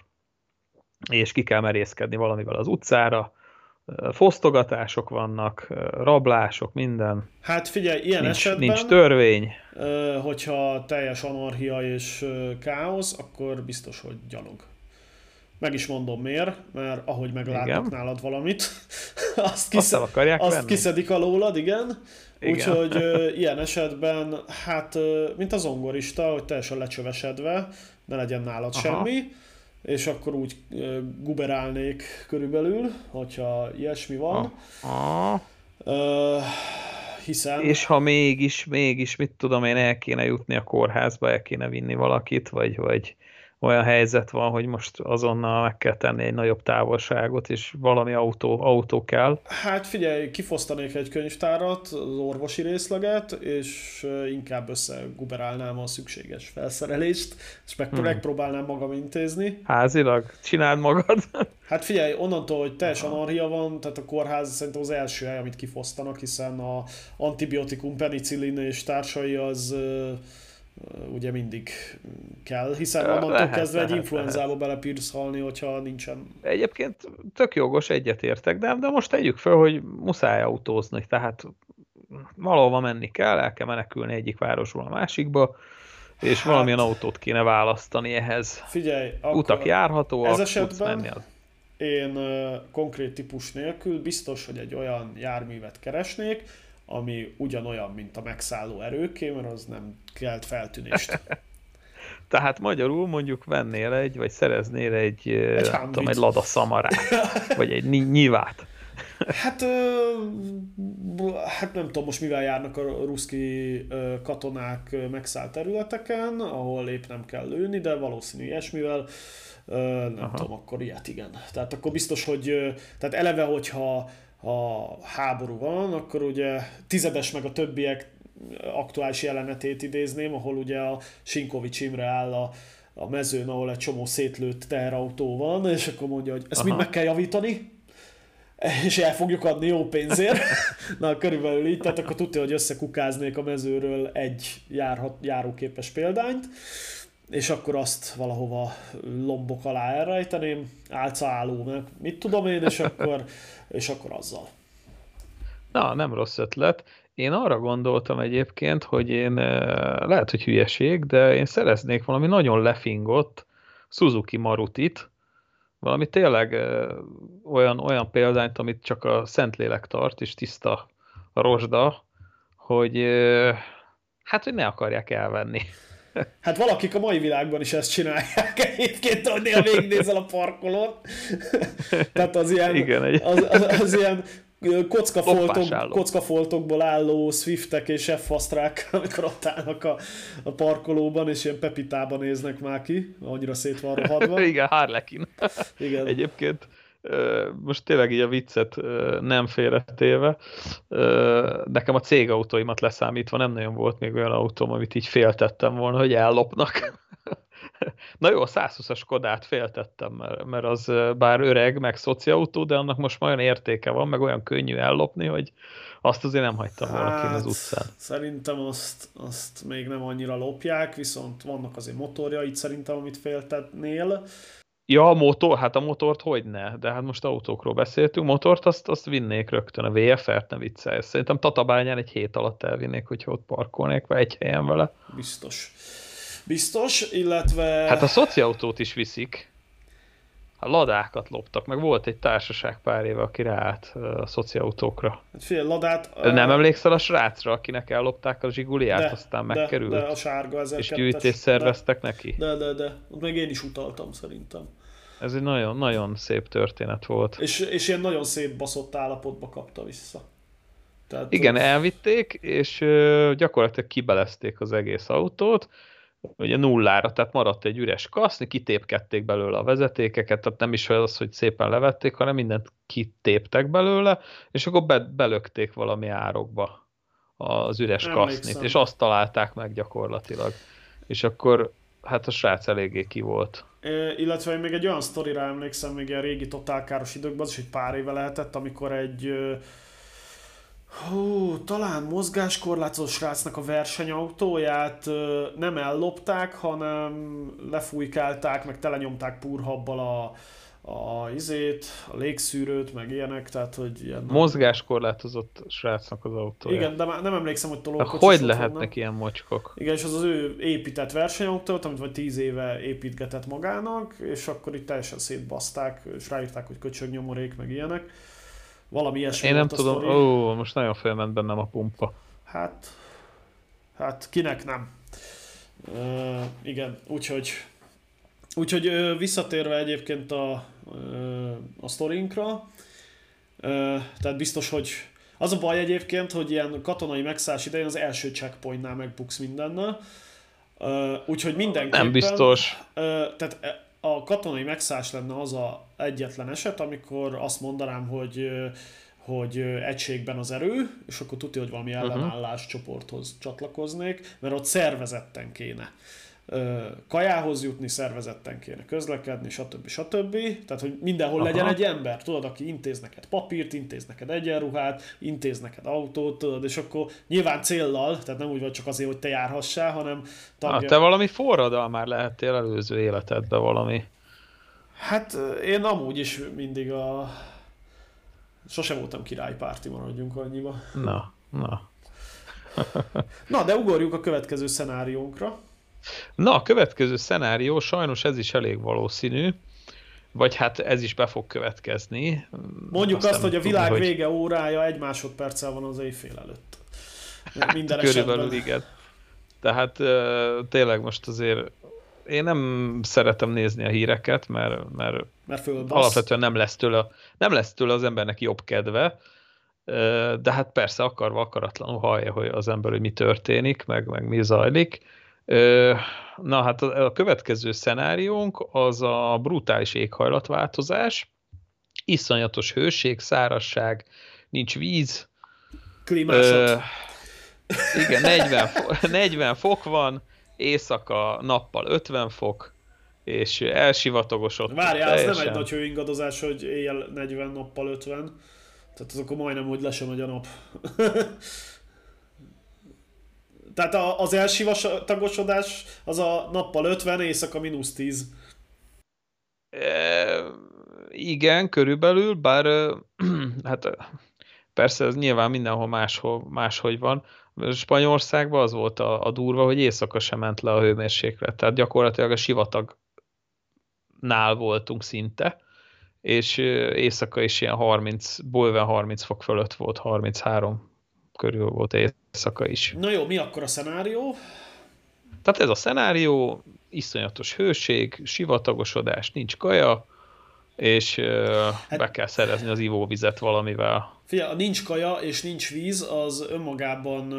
és ki kell merészkedni valamivel az utcára, fosztogatások vannak, rablások, minden. Hát figyelj, ilyen nincs, esetben, nincs törvény. Hogyha teljes anarchia és káosz, akkor biztos, hogy gyalog. Meg is mondom miért, mert ahogy meglátnak igen. nálad valamit, azt, kisz... azt, azt kiszedik alólad, igen. igen. Úgyhogy ilyen esetben, hát mint a zongorista, hogy teljesen lecsövesedve, ne legyen nálad Aha. semmi, és akkor úgy guberálnék körülbelül, hogyha ilyesmi van. Aha. Uh, hiszen... És ha mégis, mégis, mit tudom én, el kéne jutni a kórházba, el kéne vinni valakit, vagy, vagy olyan helyzet van, hogy most azonnal meg kell tenni egy nagyobb távolságot, és valami autó, autó kell. Hát figyelj, kifosztanék egy könyvtárat, az orvosi részleget, és inkább összeguberálnám a szükséges felszerelést, és meg hmm. megpróbálnám magam intézni. Házilag? Csináld magad? Hát figyelj, onnantól, hogy teljes anarchia van, tehát a kórház szerintem az első hely, amit kifosztanak, hiszen a antibiotikum, penicillin és társai az... ugye mindig kell, hiszen onnantól lehet, kezdve lehet, egy influenzába belepírsz halni, hogyha nincsen. Egyébként tök jogos, egyetértek, de, de most tegyük fel, hogy muszáj autózni, tehát valahova menni kell, el kell menekülni egyik városból a másikba, és hát, valamilyen autót kéne választani ehhez. Figyelj, utak járhatóak, ez esetben tudsz menni az. Én uh, konkrét típus nélkül biztos, hogy egy olyan járművet keresnék, ami ugyanolyan, mint a megszálló erőké, mert az nem kelt feltűnést. Tehát magyarul mondjuk vennél egy, vagy szereznél egy, egy, tudom, egy Lada Samarát, vagy egy Nyivát. Hát, hát nem tudom most mivel járnak a ruszki katonák megszállt területeken, ahol épp nem kell lőni, de valószínű ilyesmivel, nem Aha. tudom, akkor ilyet igen. Tehát akkor biztos, hogy tehát eleve, hogyha ha háború van, akkor ugye tizedes meg a többiek aktuális jelenetét idézném, ahol ugye a Sinkovics Imre áll a, a mezőn, ahol egy csomó szétlőtt teherautó van, és akkor mondja, hogy ezt Aha. mind meg kell javítani, és el fogjuk adni jó pénzért. Na, körülbelül így, tehát akkor tudja, hogy összekukáznék a mezőről egy járhat, járóképes példányt, és akkor azt valahova lombok alá elrejteném, álcaálló, meg mit tudom én, és akkor, és akkor azzal. Na, nem rossz ötlet. én arra gondoltam egyébként, hogy én, lehet, hogy hülyeség, de én szereznék valami nagyon lefingott Suzuki Marutit, valami tényleg olyan, olyan példányt, amit csak a Szentlélek tart, és tiszta a rozsda, hogy hát, hogy ne akarják elvenni. Hát valakik a mai világban is ezt csinálják egyébként, hogy néha végignézel a parkolón. Tehát az ilyen, Igen, egy... az, az, az ilyen kockafoltok, kockafoltokból álló Swiftek és F-fasztrák, amikor ott állnak a, a parkolóban, és ilyen pepitában néznek már ki, annyira szét van rohadva. Igen, Harlequin. Igen. Egyébként most tényleg így a viccet nem félretéve, nekem a cégautóimat leszámítva nem nagyon volt még olyan autóm, amit így féltettem volna, hogy ellopnak. Na jó, a száz húszas Skodát féltettem, mert, mert az bár öreg, meg szociautó, de annak most már olyan értéke van, meg olyan könnyű ellopni, hogy azt azért nem hagytam hát, volna kint az utcán. Szerintem azt, azt még nem annyira lopják, viszont vannak azért motorjaid szerintem, amit féltetnél. Ja, a motor, hát a motort hogyne, de hát most autókról beszéltünk, motort azt, azt vinnék rögtön, a vé ef er-t, ne viccelj. Szerintem Tatabányán egy hét alatt elvinnék, hogyha ott parkolnék, vagy egy helyen vele. Biztos. Biztos, illetve... Hát a szociautót is viszik. A ladákat loptak, meg volt egy társaság pár éve, aki ráállt a szociautókra. Hát fél ladát... Nem emlékszel a srácra, akinek ellopták a Zsiguliát, de, aztán de, megkerült? De a sárga és gyűjtést szerveztek de, neki? De, de, de. Meg én is utaltam szerintem. Ez egy nagyon, nagyon szép történet volt. És, és ilyen nagyon szép baszott állapotba kapta vissza. Tehát, igen, ő... elvitték, és gyakorlatilag kibelezték az egész autót, ugye nullára, tehát maradt egy üres kaszni, kitépkedték belőle a vezetékeket, tehát nem is az, hogy szépen levették, hanem mindent kitéptek belőle, és akkor be, belökték valami árokba az üres kasznit, és azt találták meg gyakorlatilag. És akkor hát a srác eléggé ki volt. É, illetve én még egy olyan sztorira emlékszem, még ilyen régi totálkáros időkben, az is egy pár éve lehetett, amikor egy hú, talán mozgáskorlátozó srácnak a versenyautóját nem ellopták, hanem lefújkálták, meg telenyomták púrhabbal a, a izét, a légszűrőt, meg ilyenek, tehát hogy ilyen... Mozgáskorlátozott srácnak az autója. Igen, de már nem emlékszem, hogy tolókocsis. Hogy lehetnek ilyen mocskok? Igen, és az az ő épített versenyautót, amit vagy tíz éve építgetett magának, és akkor itt teljesen szétbaszták, és ráírták, hogy köcsögnyomorék, meg ilyenek. Valami ilyesmi. Én nem tudom, ó, most nagyon felment bennem a pumpa. Hát, hát kinek nem. Uh, igen, úgyhogy, úgyhogy uh, visszatérve egyébként a, uh, a sztorinkra, uh, tehát biztos, hogy az a baj egyébként, hogy ilyen katonai megszállás idején az első checkpointnál megbuksz mindennel, uh, úgyhogy mindenképpen... Nem biztos. Uh, tehát a katonai megszállás lenne az a egyetlen eset, amikor azt mondanám, hogy, hogy egységben az erő, és akkor tudja, hogy valami ellenállás csoporthoz csatlakoznék, mert ott szervezetten kéne kajához jutni, szervezetten kéne közlekedni, stb. stb. Tehát, hogy mindenhol Aha. legyen egy ember, tudod, aki intéz neked papírt, intéz neked egyenruhát, intéz neked autót, tudod, és akkor nyilván céllal, tehát nem úgy vagy csak azért, hogy te járhassál, hanem... Tagja... Ah, te valami forradal már lehettél előző életedben valami. Hát én amúgy is mindig a... Sose voltam királypárti, maradjunk annyiba. Na, na. Na, de ugorjuk a következő szenáriónkra. Na, a következő szenárió, sajnos ez is elég valószínű, vagy hát ez is be fog következni. Mondjuk azt, azt hogy a világ tudom, vége hogy... órája egy másodperccel van az éjfél előtt. Minden hát, körülbelül igen. Tehát tényleg most azért én nem szeretem nézni a híreket, mert, mert, mert alapvetően nem lesz, tőle, nem lesz tőle az embernek jobb kedve, de hát persze akarva akaratlanul hallja, hogy az ember, hogy mi történik, meg, meg mi zajlik. Na hát a következő szenáriónk az a brutális éghajlatváltozás, iszonyatos hőség, szárazság, nincs víz. Klímásod. Igen, negyven, negyven fok van, éjszaka nappal ötven fok, és elsivatagosodott. Várjál, ez nem egy nagy hőingadozás, hogy éjjel negyven, nappal ötven. Tehát az akkor majdnem, hogy le sem megy a nap. Tehát az elsivatagosodás az a nappal ötven, éjszaka mínusz tíz. E, igen, körülbelül, bár hát persze ez nyilván mindenhol máshol, máshogy van. Spanyolországban az volt a, a durva, hogy éjszaka sem ment le a hőmérséklet. Tehát gyakorlatilag a sivatagnál voltunk szinte, és éjszaka is ilyen harminc, bőven harminc fok fölött volt, harminchárom körül volt éjszaka is. Na jó, mi akkor a szenárió? Tehát ez a szenárió, iszonyatos hőség, sivatagosodás, nincs kaja, és hát, be kell szerezni az ivóvizet valamivel. Figyelj, a nincs kaja és nincs víz, az önmagában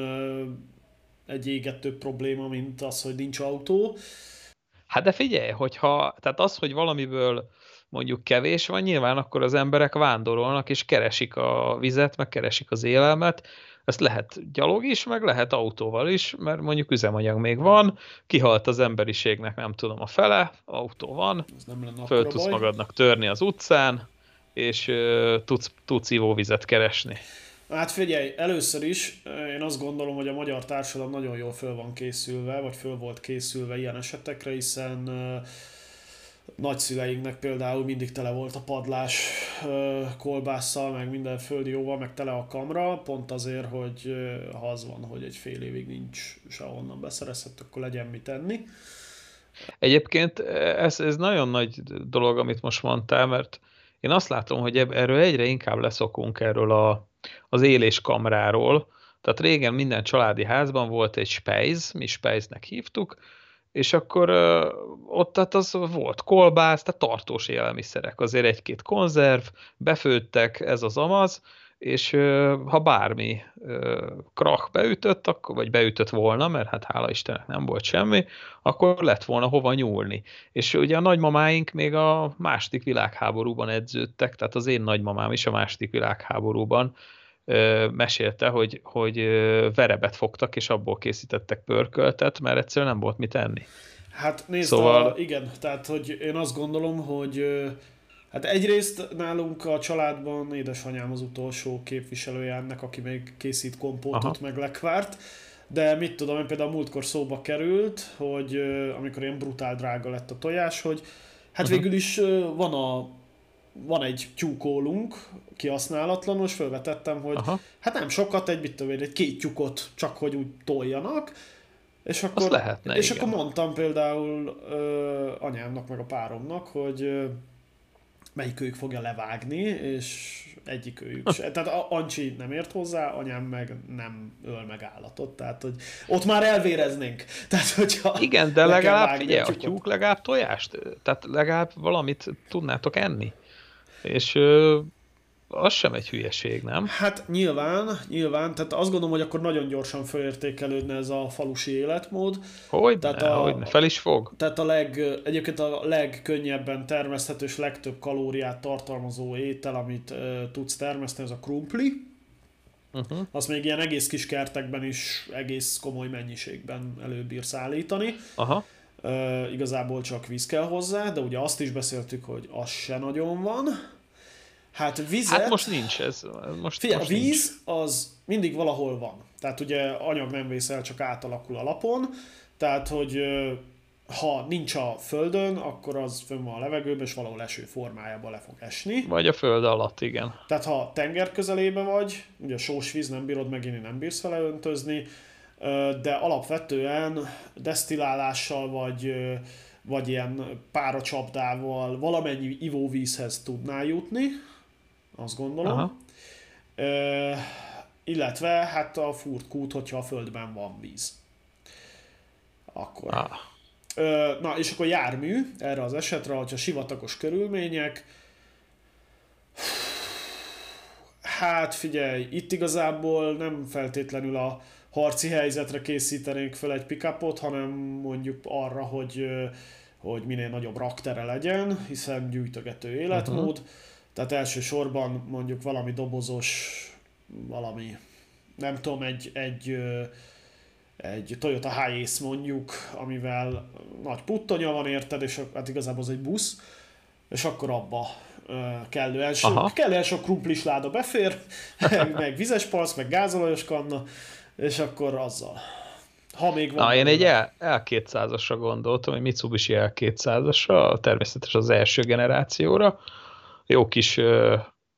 egy égető probléma, mint az, hogy nincs autó. Hát de figyelj, hogyha, tehát az, hogy valamiből mondjuk kevés van, nyilván akkor az emberek vándorolnak, és keresik a vizet, meg keresik az élelmet. Ezt lehet gyalog is, meg lehet autóval is, mert mondjuk üzemanyag még van, kihalt az emberiségnek, nem tudom, a fele, autó van, föl tudsz baj. magadnak törni az utcán, és uh, tudsz, tudsz ivóvizet keresni. Hát figyelj, először is én azt gondolom, hogy a magyar társadalom nagyon jól föl van készülve, vagy föl volt készülve ilyen esetekre, hiszen uh, nagyszüleinknek például mindig tele volt a padlás uh, kolbásszal, meg minden földi jóval, meg tele a kamra, pont azért, hogy uh, ha az van, hogy egy fél évig nincs sehonnan beszerezhet, akkor legyen mit enni. Egyébként ez, ez nagyon nagy dolog, amit most mondtál, mert én azt látom, hogy erről egyre inkább leszokunk erről a, az éléskamráról. Tehát régen minden családi házban volt egy spejz, mi spejznek hívtuk, és akkor ö, ott tehát az volt kolbász, tehát tartós élelmiszerek, azért egy-két konzerv, befőttek, ez az amaz, és ö, ha bármi ö, krach beütött, akkor, vagy beütött volna, mert hát hála Istennek nem volt semmi, akkor lett volna hova nyúlni. És ugye a nagymamáink még a második világháborúban edződtek, tehát az én nagymamám is a második világháborúban ö, mesélte, hogy, hogy ö, verebet fogtak, és abból készítettek pörköltet, mert egyszerűen nem volt mit enni. Hát nézd, Szóval... a, igen, tehát hogy én azt gondolom, hogy hát egyrészt nálunk a családban édesanyám az utolsó képviselője ennek, aki még készít kompótot, aha, meg lekvárt, de mit tudom, én például múltkor szóba került, hogy amikor ilyen brutál drága lett a tojás, hogy hát uh-huh. végül is van, a, van egy tyúkólunk, kihasználatlan, és felvetettem, hogy aha, hát nem sokat, egy, mit tudom én, egy két tyúkot csak hogy úgy toljanak, és akkor, lehetne, és igen. akkor mondtam például ö, anyámnak meg a páromnak, hogy ö, melyikőjük fogja levágni, és egyikőjük se. Tehát Ancsi nem ért hozzá, anyám meg nem öl meg állatot, tehát hogy ott már elvéreznénk. Tehát, hogyha igen, de legalább figyelj, a tyúk legalább tojást, tehát legalább valamit tudnátok enni. És ö, az sem egy hülyeség, nem? Hát nyilván, nyilván, tehát azt gondolom, hogy akkor nagyon gyorsan felértékelődne ez a falusi életmód. Hogy tehát ne, a, hogyne, fel is fog. Tehát a leg, egyébként a legkönnyebben termeszthető és legtöbb kalóriát tartalmazó étel, amit uh, tudsz termeszteni, az a krumpli. Uh-huh. Azt még ilyen egész kis kertekben is egész komoly mennyiségben előbírsz állítani. Aha. Uh, igazából csak víz kell hozzá, de ugye azt is beszéltük, hogy az se nagyon van. Hát vizet... Hát most nincs ez. Most, figyelj, most a víz nincs. Az mindig valahol van. Tehát ugye anyag nem vészel, csak átalakul a lapon. Tehát, hogy ha nincs a földön, akkor az fönn van a levegőben, és valahol eső formájában le fog esni. Vagy a föld alatt, igen. Tehát ha tenger közelébe vagy, ugye a sós víz nem bírod meginni, nem bírsz vele öntözni, de alapvetően desztillálással vagy, vagy ilyen páracsapdával valamennyi ivóvízhez tudnál jutni. Azt gondolom. Aha. Ö, illetve hát a furt kút, hogyha a földben van víz. Akkor. Ah. Ö, na, és akkor jármű erre az esetre, hogyha sivatagos körülmények. Hát figyelj, itt igazából nem feltétlenül a harci helyzetre készítenénk fel egy pick-upot, hanem mondjuk arra, hogy, hogy minél nagyobb raktere legyen, hiszen gyűjtögető életmód. Uh-huh. Tehát elsősorban mondjuk valami dobozos, valami, nem tudom, egy, egy, egy Toyota Hiace mondjuk, amivel nagy puttonya van érted, és hát igazából az egy busz, és akkor abba kellően sok, kellően sok krumplis láda befér, meg, meg vizes palc, meg gázolajos kanna, és akkor azzal. Ha még van. Na, én egy el kétszázasra gondoltam, egy Mitsubishi el kétszázasra, természetesen az első generációra. Jó kis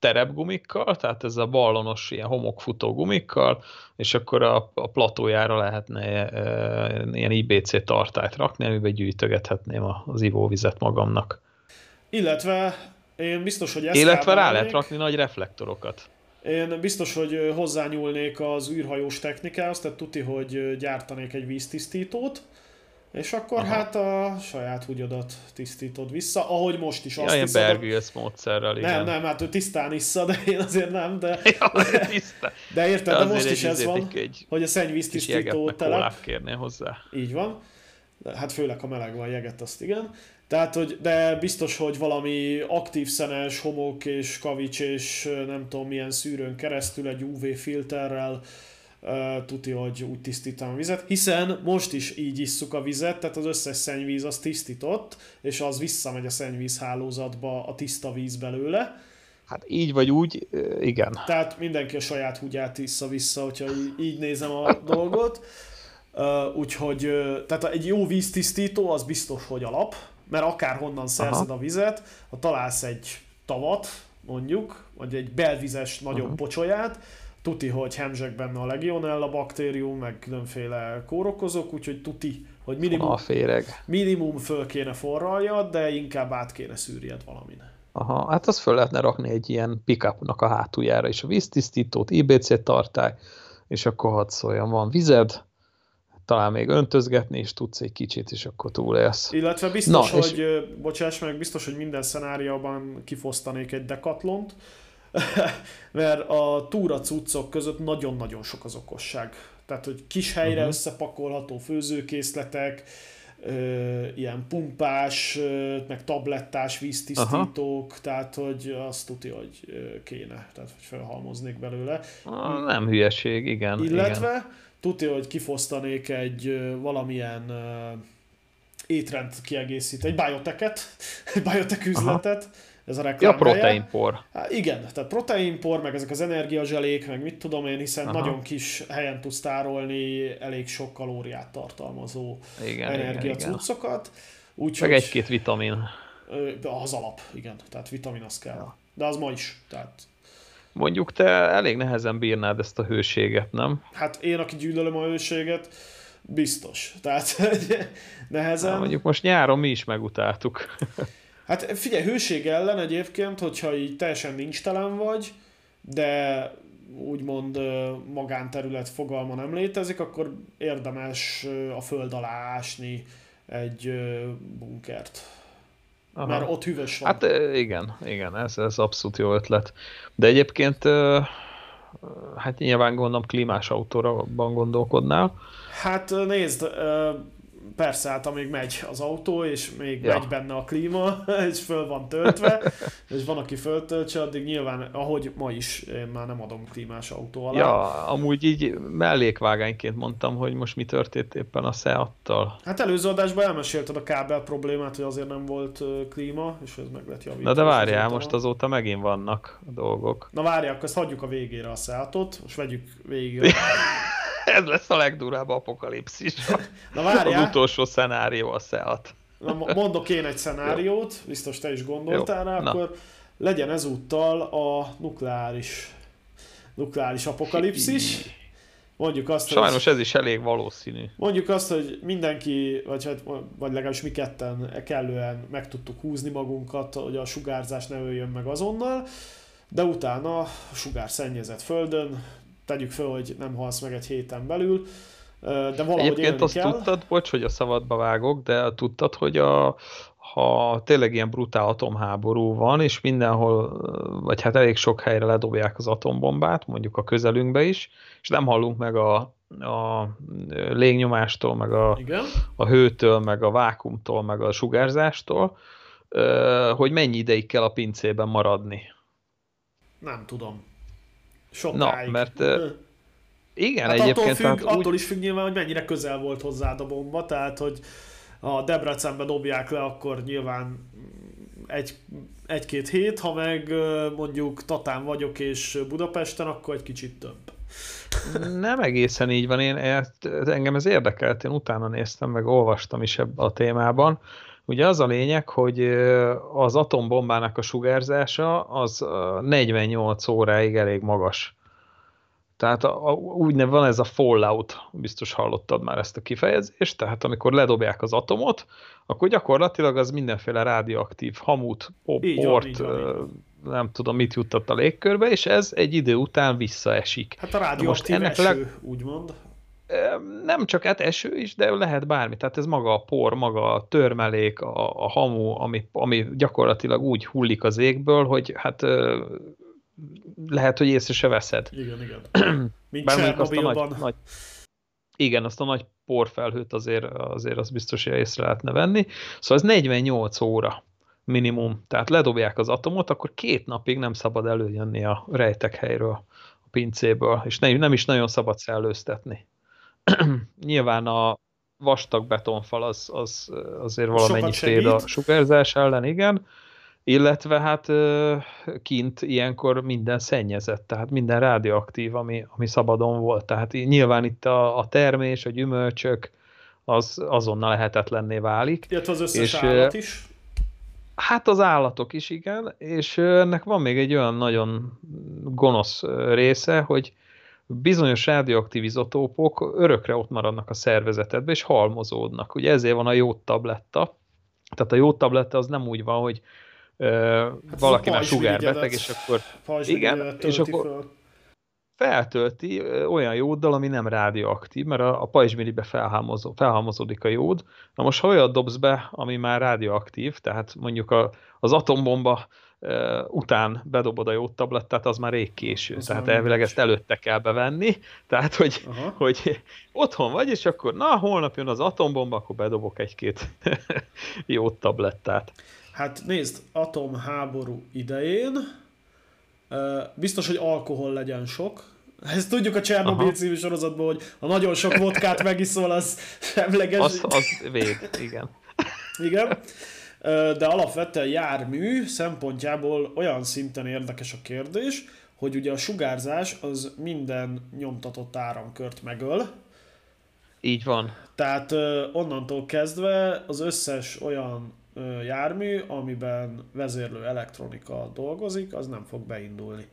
terepgumikkal, tehát ez a ballonos ilyen homokfutó gumikkal, és akkor a, a platójára lehetne e, ilyen I B C tartályt rakni, amiben gyűjtögethetném az ivóvizet magamnak. Illetve én biztos, hogy ezt Illetve rá lehet rakni nagy reflektorokat. Én biztos, hogy hozzányúlnék az űrhajós technikához, tehát tuti, hogy gyártanék egy víztisztítót, és akkor Aha. hát a saját húgyodat tisztítod vissza, ahogy most is azt ja, hiszed. Ilyen Bear Grylls módszerrel, igen. Nem, nem, hát ő tisztán issza, de én azért nem, de... Ja, tisztán. De érted, de, de most is ez van, egy, hogy a szennyvíztisztító telep... kérnél hozzá. Így van. Hát főleg, ha meleg van, jeget, azt igen. Tehát, hogy, de biztos, hogy valami aktív szenes homok és kavics és nem tudom milyen szűrőn keresztül egy U V filterrel uh, tuti, hogy úgy tisztítom a vizet, hiszen most is így isszuk a vizet, tehát az összes szennyvíz az tisztított, és az visszamegy a szennyvízhálózatba a tiszta víz belőle. Hát így vagy úgy, igen. Tehát mindenki a saját húgyát issza vissza, hogyha így nézem a dolgot. Uh, úgyhogy, uh, tehát egy jó víztisztító az biztos, hogy alap, mert akárhonnan szerzed Aha. a vizet, ha találsz egy tavat, mondjuk, vagy egy belvizes nagyobb Aha. pocsolyát, tuti, hogy hemzseg benne a legionella baktérium, meg különféle kórokozók, úgyhogy tuti, hogy minimum, minimum föl kéne forraljad, de inkább át kéne szűrjed valamin. Aha, hát azt föl lehetne rakni egy ilyen pick-upnak a hátuljára is, a víztisztítót, I B C tartály, és akkor hadd szóljon, van vized, talán még öntözgetni is tudsz egy kicsit, és akkor túlélsz. Illetve biztos, Na, hogy, és... bocsáss meg, biztos, hogy minden szenárióban kifosztanék egy Decathlont, mert a túra cuccok között nagyon-nagyon sok az okosság. Tehát, hogy kis helyre uh-huh. összepakolható főzőkészletek, ö, ilyen pumpás, ö, meg tablettás víztisztítók, uh-huh. tehát, hogy azt tudja, hogy kéne, tehát, hogy felhalmoznék belőle. Ah, nem hülyeség, igen. Illetve igen. tudja, hogy kifosztanék egy uh, valamilyen uh, étrend kiegészít, egy bioteket, egy biotech üzletet, Aha. ez a reklámhelye. Ja, proteinpor. Há, igen, tehát proteinpor, meg ezek az energiazselék, meg mit tudom én, hiszen Aha. nagyon kis helyen tudsz tárolni elég sok kalóriát tartalmazó energiacuccokat. Úgy, meg hogy, egy-két vitamin. Az alap, igen, tehát vitamin az kell. Ja. De az ma is, tehát... Mondjuk te elég nehezen bírnád ezt a hőséget, nem? Hát én, aki gyűlölöm a hőséget, biztos. Tehát nehezen. Na, mondjuk most nyáron mi is megutáltuk. Hát figyelj, hőség ellen egyébként, hogyha így teljesen nincs telen vagy, de úgymond magánterület fogalma nem létezik, akkor érdemes a föld alá ásni egy bunkert. Aha. Mert ott hűvös van. Hát igen, igen, ez, ez abszolút jó ötlet. De egyébként, hát nyilván gondolom klímás autóban gondolkodnál. Hát nézd, persze, hát amíg megy az autó, és még ja. megy benne a klíma, és föl van töltve, és van, aki föltöltse, addig nyilván, ahogy ma is, én már nem adom klímás autó alá. Ja, amúgy így mellékvágányként mondtam, hogy most mi történt éppen a Seattal. Hát előző adásban elmesélted a kábel problémát, hogy azért nem volt klíma, és ez meg lett javítva. Na de várjál, most azóta megint vannak a dolgok. Na várjál, akkor ezt hagyjuk a végére a Seatot, most vegyük végig. Ez lesz a legdurább apokalipszis. Na várjál. Az utolsó szenárió a Seat. Na, mondok én egy szenáriót, biztos te is gondoltál rá, akkor legyen ezúttal a nukleáris, nukleáris apokalipszis. Mondjuk azt, Sajnos hogy, ez is elég valószínű. Mondjuk azt, hogy mindenki, vagy, vagy legalábbis mi ketten kellően meg tudtuk húzni magunkat, hogy a sugárzás ne öljön meg azonnal, de utána a sugárszennyezett földön, tegyük föl, hogy nem halsz meg egy héten belül, de valahogy Egyébként azt kell. tudtad, bocs, hogy a szabadba vágok, de tudtad, hogy a, ha tényleg ilyen brutál atomháború van, és mindenhol, vagy hát elég sok helyre ledobják az atombombát, mondjuk a közelünkbe is, és nem hallunk meg a, a légnyomástól, meg a, a hőtől, meg a vákumtól, meg a sugárzástól, hogy mennyi ideig kell a pincében maradni. Nem tudom. Sokáig. Na, mert igen, hát egyébként... Attól, függ, tehát attól úgy... is függ nyilván, hogy mennyire közel volt hozzád a bomba, tehát hogy ha Debrecenbe dobják le, akkor nyilván egy, egy-két hét, ha meg mondjuk Tatán vagyok és Budapesten, akkor egy kicsit több. Nem egészen így van, én, engem ez érdekelt, én utána néztem, meg olvastam is ebbe a témában, Ugye az a lényeg, hogy az atombombának a sugárzása az negyvennyolc óráig elég magas. Tehát a, a, úgy ne van ez a fallout, biztos hallottad már ezt a kifejezést, tehát amikor ledobják az atomot, akkor gyakorlatilag az mindenféle rádióaktív hamut, Így van, így port, van, így van. nem tudom mit juttat a légkörbe, és ez egy idő után visszaesik. Hát a rádióaktív eső, leg... úgymond. Nem csak hát eső is, de lehet bármi. Tehát ez maga a por, maga a törmelék, a, a hamu, ami, ami gyakorlatilag úgy hullik az égből, hogy hát lehet, hogy észre se veszed. Igen, igen. Mint Csernobilban. Nagy, nagy, igen, azt a nagy porfelhőt azért, azért az biztos, hogy észre lehetne venni. Szóval ez negyvennyolc óra minimum. Tehát ledobják az atomot, akkor két napig nem szabad előjönni a rejtekhelyről, a pincéből, és nem, nem is nagyon szabad szellőztetni. Nyilván a vastag betonfal az, az azért valamennyit véd a sugárzás ellen, igen. Illetve hát kint ilyenkor minden szennyezett, tehát minden rádióaktív, ami, ami szabadon volt. Tehát nyilván itt a, a termés, a gyümölcsök, az azonnal lehetetlenné válik. Illetve az összes és, állat is? Hát az állatok is, igen, és ennek van még egy olyan nagyon gonosz része, hogy bizonyos rádióaktív izotópok örökre ott maradnak a szervezetedbe, és halmozódnak. Ugye ezért van a jódtabletta. Tehát a jódtabletta az nem úgy van, hogy hát valaki már sugárbeteg, és akkor, igen, és akkor föl. feltölti olyan jóddal, ami nem rádióaktív, mert a, a pajzsmiribe felhalmozó, felhalmozódik a jód. Na most, ha olyat dobsz be, ami már rádióaktív, tehát mondjuk a, az atombomba uh, után bedobod a jódtablettát, az már rég késő. Az tehát elvileg ezt előtte kell bevenni. Tehát, hogy, hogy otthon vagy, és akkor na, holnap jön az atombomba, akkor bedobok egy-két jódtablettát. Hát nézd, atomháború idején biztos, hogy alkohol legyen sok. Ezt tudjuk a Csernobil című sorozatban, hogy ha nagyon sok vodkát megiszol, az semleges. Az, az véd, igen. Igen. De alapvetően jármű szempontjából olyan szinten érdekes a kérdés, hogy ugye a sugárzás az minden nyomtatott áramkört megöl. Így van. Tehát onnantól kezdve az összes olyan jármű, amiben vezérlő elektronika dolgozik, az nem fog beindulni.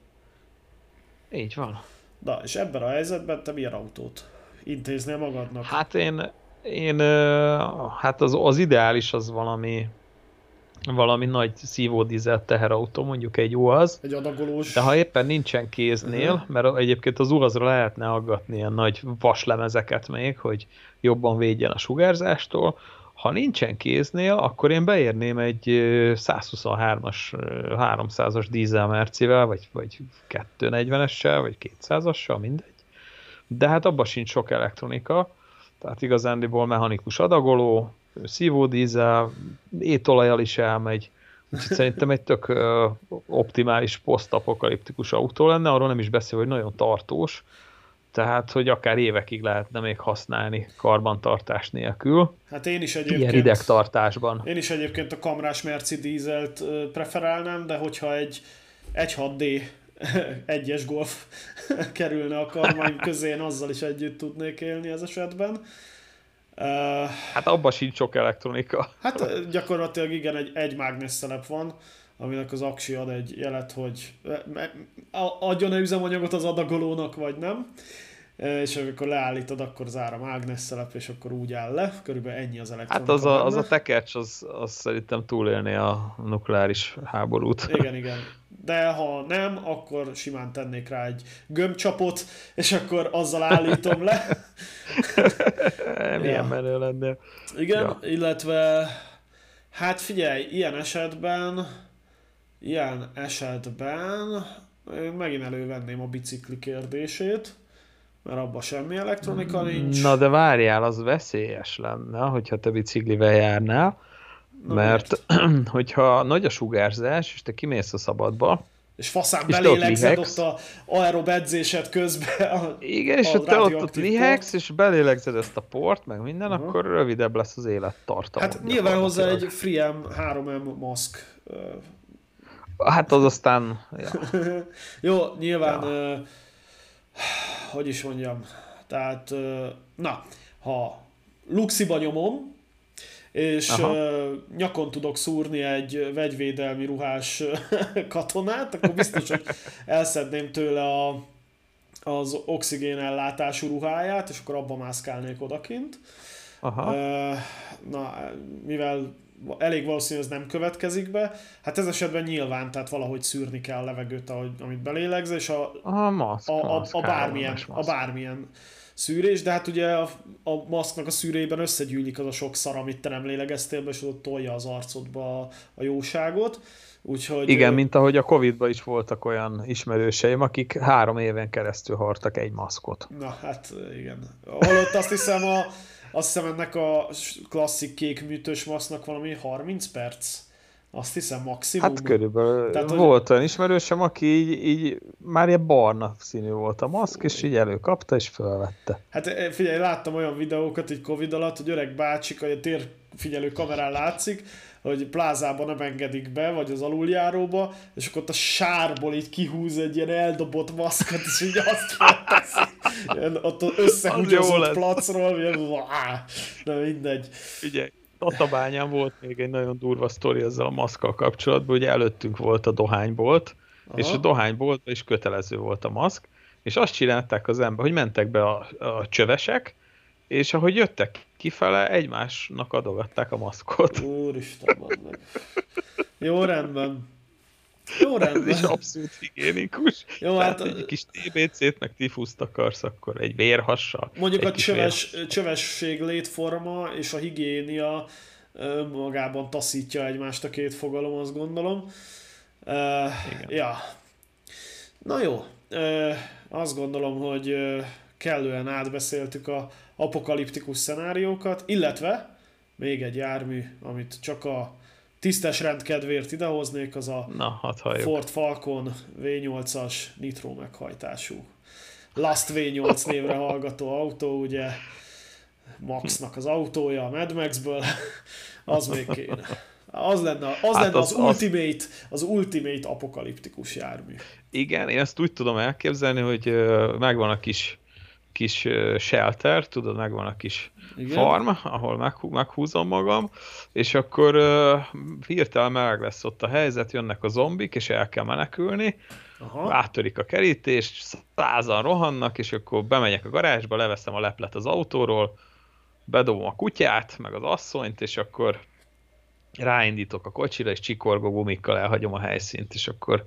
Így van. Na, és ebben a helyzetben te milyen autót intéznél magadnak? Hát én, én hát az, az ideális az valami valami nagy szívódízel teherautó, mondjuk egy UAZ. Egy adagolós. De ha éppen nincsen kéznél, uh-huh. mert egyébként az UAZ-ra lehetne aggatni ilyen nagy vaslemezeket még, hogy jobban védjen a sugárzástól. Ha nincsen kéznél, akkor én beérném egy százhuszonhármas, háromszázas dízel mercivel, vagy, vagy kétszáznegyvenessel, vagy kétszázassal, mindegy. De hát abban sincs sok elektronika, tehát igazándiból mechanikus adagoló, szívódízel, étolajjal is elmegy, úgyhogy szerintem egy tök optimális posztapokaliptikus autó lenne, arról nem is beszél, hogy nagyon tartós, tehát, hogy akár évekig lehetne még használni karbantartás nélkül. Hát én is egyébként... Ilyen ridegtartásban. Én is egyébként a kamrás merci dízelt preferálnám, de hogyha egy egy hat dé egyes Golf kerülne a karmány közé, én azzal is együtt tudnék élni ez esetben. Uh, hát abban sincs sok elektronika. Hát gyakorlatilag igen, egy, egy mágnesszelep van, aminek az aksi ad egy jelet, hogy adjon-e üzemanyagot az adagolónak, vagy nem. És amikor leállítod, akkor zár a mágnesszelep, és akkor úgy áll le. Körülbelül ennyi az elektronika. Hát az a, az a tekercs, az, az szerintem túlélné a nukleáris háborút. Igen, igen. De ha nem, akkor simán tennék rá egy gömbcsapot, és akkor azzal állítom le. Milyen ja. menő lenne. Igen, ja. Illetve hát figyelj, ilyen esetben ilyen esetben én megint elővenném a bicikli kérdését, mert abban semmi elektronika nincs. Na de várjál, az veszélyes lenne, hogyha te biciklivel járnál, na, mert hogyha nagy a sugárzás, és te kimész a szabadba, és faszán belélegzed ott a aerob edzésed közben. A, igen, és ha te ott, ott lihegsz, és belélegzed ezt a port, meg minden, uh-huh. akkor rövidebb lesz az élettartam. Hát nyilván hozzá egy FreeM három em maszk. Hát az aztán... Ja. Jó, nyilván... Ja. Uh, hogy is mondjam, tehát, na, ha luxiba nyomom, és Aha. uh, nyakon tudok szúrni egy vegyvédelmi ruhás katonát, akkor biztos, hogy elszedném tőle a, az oxigénellátású ruháját, és akkor abba mászkálnék odakint. Aha. Uh, na, mivel elég valószínű, ez nem következik be, hát ez esetben nyilván, tehát valahogy szűrni kell a levegőt, ahogy, amit belélegzel, és a, A maszk, a, a, maszk, a, bármilyen, maszk. a bármilyen szűrés, de hát ugye a, a maszknak a szűrében összegyűlik az a sok szar, amit te nem lélegeztél be, és ott tolja az arcodba a, a jóságot. Úgyhogy, Igen, mint ahogy a Covidban is voltak olyan ismerőseim, akik három éven keresztül hordtak egy maszkot. Na hát igen. Holott azt hiszem, a, azt hiszem ennek a klasszik kék műtős maszknak valami harminc perc. Azt hiszem maximum. Hát körülbelül Tehát, volt hogy... olyan ismerősem, aki így, így már ilyen barna színű volt a maszk, és így előkapta, és fölvette. Hát figyelj, láttam olyan videókat így Covid alatt, hogy öreg bácsik, a térfigyelő kamerán látszik, hogy plázában nem engedik be, vagy az aluljáróba, és akkor ott a sárból így kihúz egy ilyen eldobott maszkot, és így azt felteszi. Ott összehúgyozott placról, ilyen, de mindegy. Ugye, Tatabányán volt még egy nagyon durva sztori ezzel a maszkkal kapcsolatban, ugye előttünk volt a dohánybolt, aha, és a dohányboltban is kötelező volt a maszk, és azt csinálták az ember, hogy mentek be a, a csövesek, és ahogy jöttek kifele, egymásnak adogatták a maszkot. Úristen, meg. Jó, rendben. Jó, rendben. Ez is abszolút higiénikus. Jó, tehát hát, egy kis té bé cét, meg tifuszt akarsz, akkor egy vérhassal. Mondjuk egy a csöves, csövesség létforma és a higiénia magában taszítja egymást a két fogalom, azt gondolom. Uh, ja. Na jó. Uh, azt gondolom, hogy uh, kellően átbeszéltük a apokaliptikus szenáriókat, illetve még egy jármű, amit csak a tisztes rendkedvéért idehoznék, az a Na, Ford Falcon vé nyolcas nitro meghajtású. Last vé nyolc névre hallgató autó, ugye Maxnak az autója a Mad Max-ből, az még kéne. Az lenne, az, hát lenne az, az, ultimate, az ultimate apokaliptikus jármű. Igen, én ezt úgy tudom elképzelni, hogy megvan a kis kis shelter, tudod, megvan a kis igen, farm, ahol meghú, meghúzom magam, és akkor uh, hirtelen meleg lesz ott a helyzet, jönnek a zombik, és el kell menekülni, aha, áttörik a kerítést, százan rohannak, és akkor bemegyek a garázsba, leveszem a leplet az autóról, bedobom a kutyát, meg az asszonyt, és akkor ráindítok a kocsira, és csikorgó gumikkal elhagyom a helyszínt, és akkor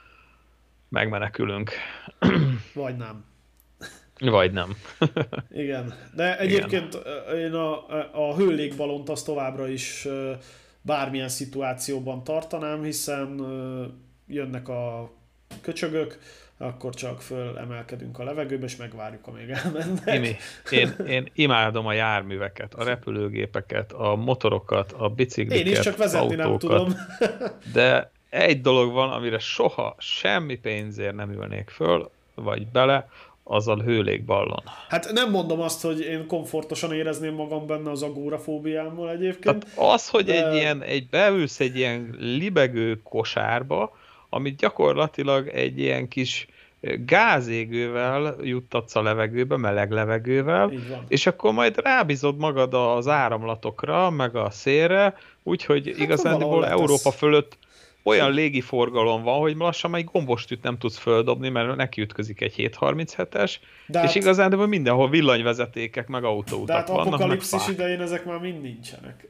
megmenekülünk. Vagy nem. Vagy nem. Igen, de egyébként igen, én a, a hőlékbalont azt továbbra is bármilyen szituációban tartanám, hiszen jönnek a köcsögök, akkor csak fölemelkedünk a levegőbe, és megvárjuk, amíg elmennek. Imi, én, én imádom a járműveket, a repülőgépeket, a motorokat, a bicikliket, én is csak vezetni autókat, nem tudom. De egy dolog van, amire soha semmi pénzért nem ülnék föl, vagy bele, az a hőlékballon. Hát nem mondom azt, hogy én komfortosan érezném magam benne az agórafóbiámmal egyébként. Tehát az, hogy de... egy ilyen, egy beülsz egy ilyen libegő kosárba, amit gyakorlatilag egy ilyen kis gázégővel juttatsz a levegőbe, meleg levegővel, és akkor majd rábízod magad az áramlatokra, meg a szélre, úgyhogy hát igazándiból Európa fölött olyan légiforgalom van, hogy lassan már egy gombostűt nem tudsz földobni, mert neki ütközik egy hét harminchetes, és hát, igazándiból mindenhol villanyvezetékek, meg autóutak de hát vannak, apokalipszis idején ezek már mind nincsenek.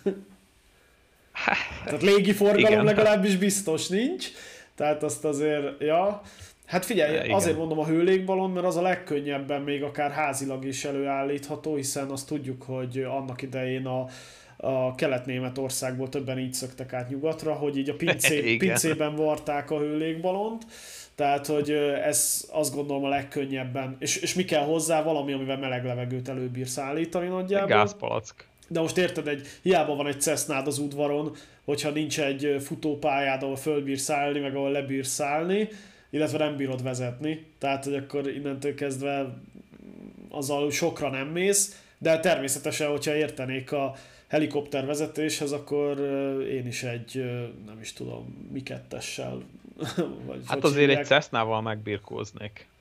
Tehát légiforgalom igen, legalábbis biztos nincs, tehát azt azért, ja. Hát figyelj, igen, azért mondom a hőlékbalon, mert az a legkönnyebben még akár házilag is előállítható, hiszen azt tudjuk, hogy annak idején a a Kelet-Németországból többen így szöktek át nyugatra, hogy így a pincé, pincében varták a hőlékbalont, tehát hogy ez azt gondolom a legkönnyebben, és, és mi kell hozzá? Valami, amivel meleg levegőt előbírsz állítani nagyjából. Gázpalack. De most érted, egy, hiába van egy Cessnád az udvaron, hogyha nincs egy futópályád, ahol fölbírsz állni, meg ahol lebírsz szállni, illetve nem bírod vezetni, tehát hogy akkor innentől kezdve azzal sokra nem mész, de természetesen, hogyha értenék a helikoptervezetéshez, akkor én is egy, nem is tudom, mi kettessel. Vagy hát azért hívják. Egy Cessnával megbirkóznék.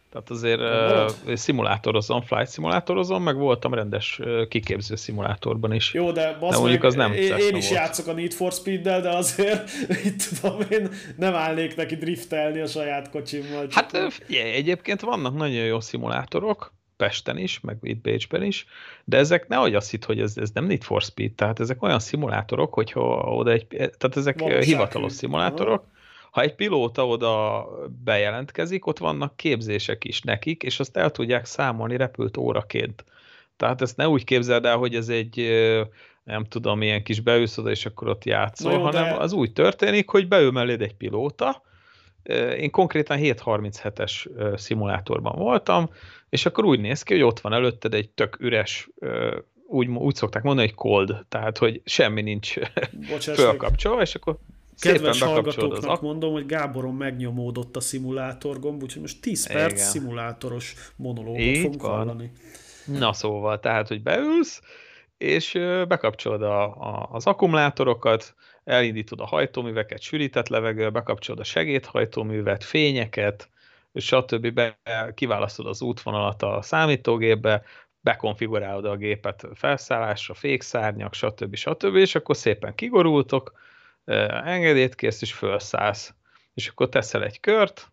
Tehát azért Gondolod? uh, szimulátorozom, flight szimulátorozom, meg voltam rendes uh, kiképző szimulátorban is. Jó, de De bazd mondjuk meg, az nem én, én is volt. játszok a Need for Speed-del, de azért, itt tudom én, nem állnék neki driftelni a saját kocsimmal. Hát figyelj, egyébként vannak nagyon jó szimulátorok, Pesten is, meg itt Bécsben is, de ezek nehogy azt hitt, hogy ez, ez nem Need for Speed, tehát ezek olyan szimulátorok, hogyha oda egy, tehát ezek Valósághű. hivatalos szimulátorok, aha. Ha egy pilóta oda bejelentkezik, ott vannak képzések is nekik, és azt el tudják számolni repült óraként. Tehát ezt ne úgy képzeld el, hogy ez egy, nem tudom, ilyen kis beülsz oda, és akkor ott játszol, jó, hanem de... az úgy történik, hogy beül melléd egy pilóta. Én konkrétan hét harminchetes szimulátorban voltam, és akkor úgy néz ki, hogy ott van előtted egy tök üres, úgy, úgy szokták mondani, hogy cold, tehát hogy semmi nincs fölkapcsolva, és akkor kedves hallgatóknak az... mondom, hogy Gáboron megnyomódott a szimulátor gomb, úgyhogy most tíz perc igen. szimulátoros monológot így fogunk van. hallani. Na szóval, tehát, hogy beülsz, és bekapcsolod a, a, az akkumulátorokat, elindítod a hajtóműveket, sűrített levegő, bekapcsolod a segédhajtóművet, fényeket, stb. Be, kiválasztod az útvonalat a számítógépbe, bekonfigurálod a gépet felszállásra, fékszárnyak, stb. stb. És akkor szépen kigorultok, engedélyt kérsz, és felszállsz. És akkor teszel egy kört,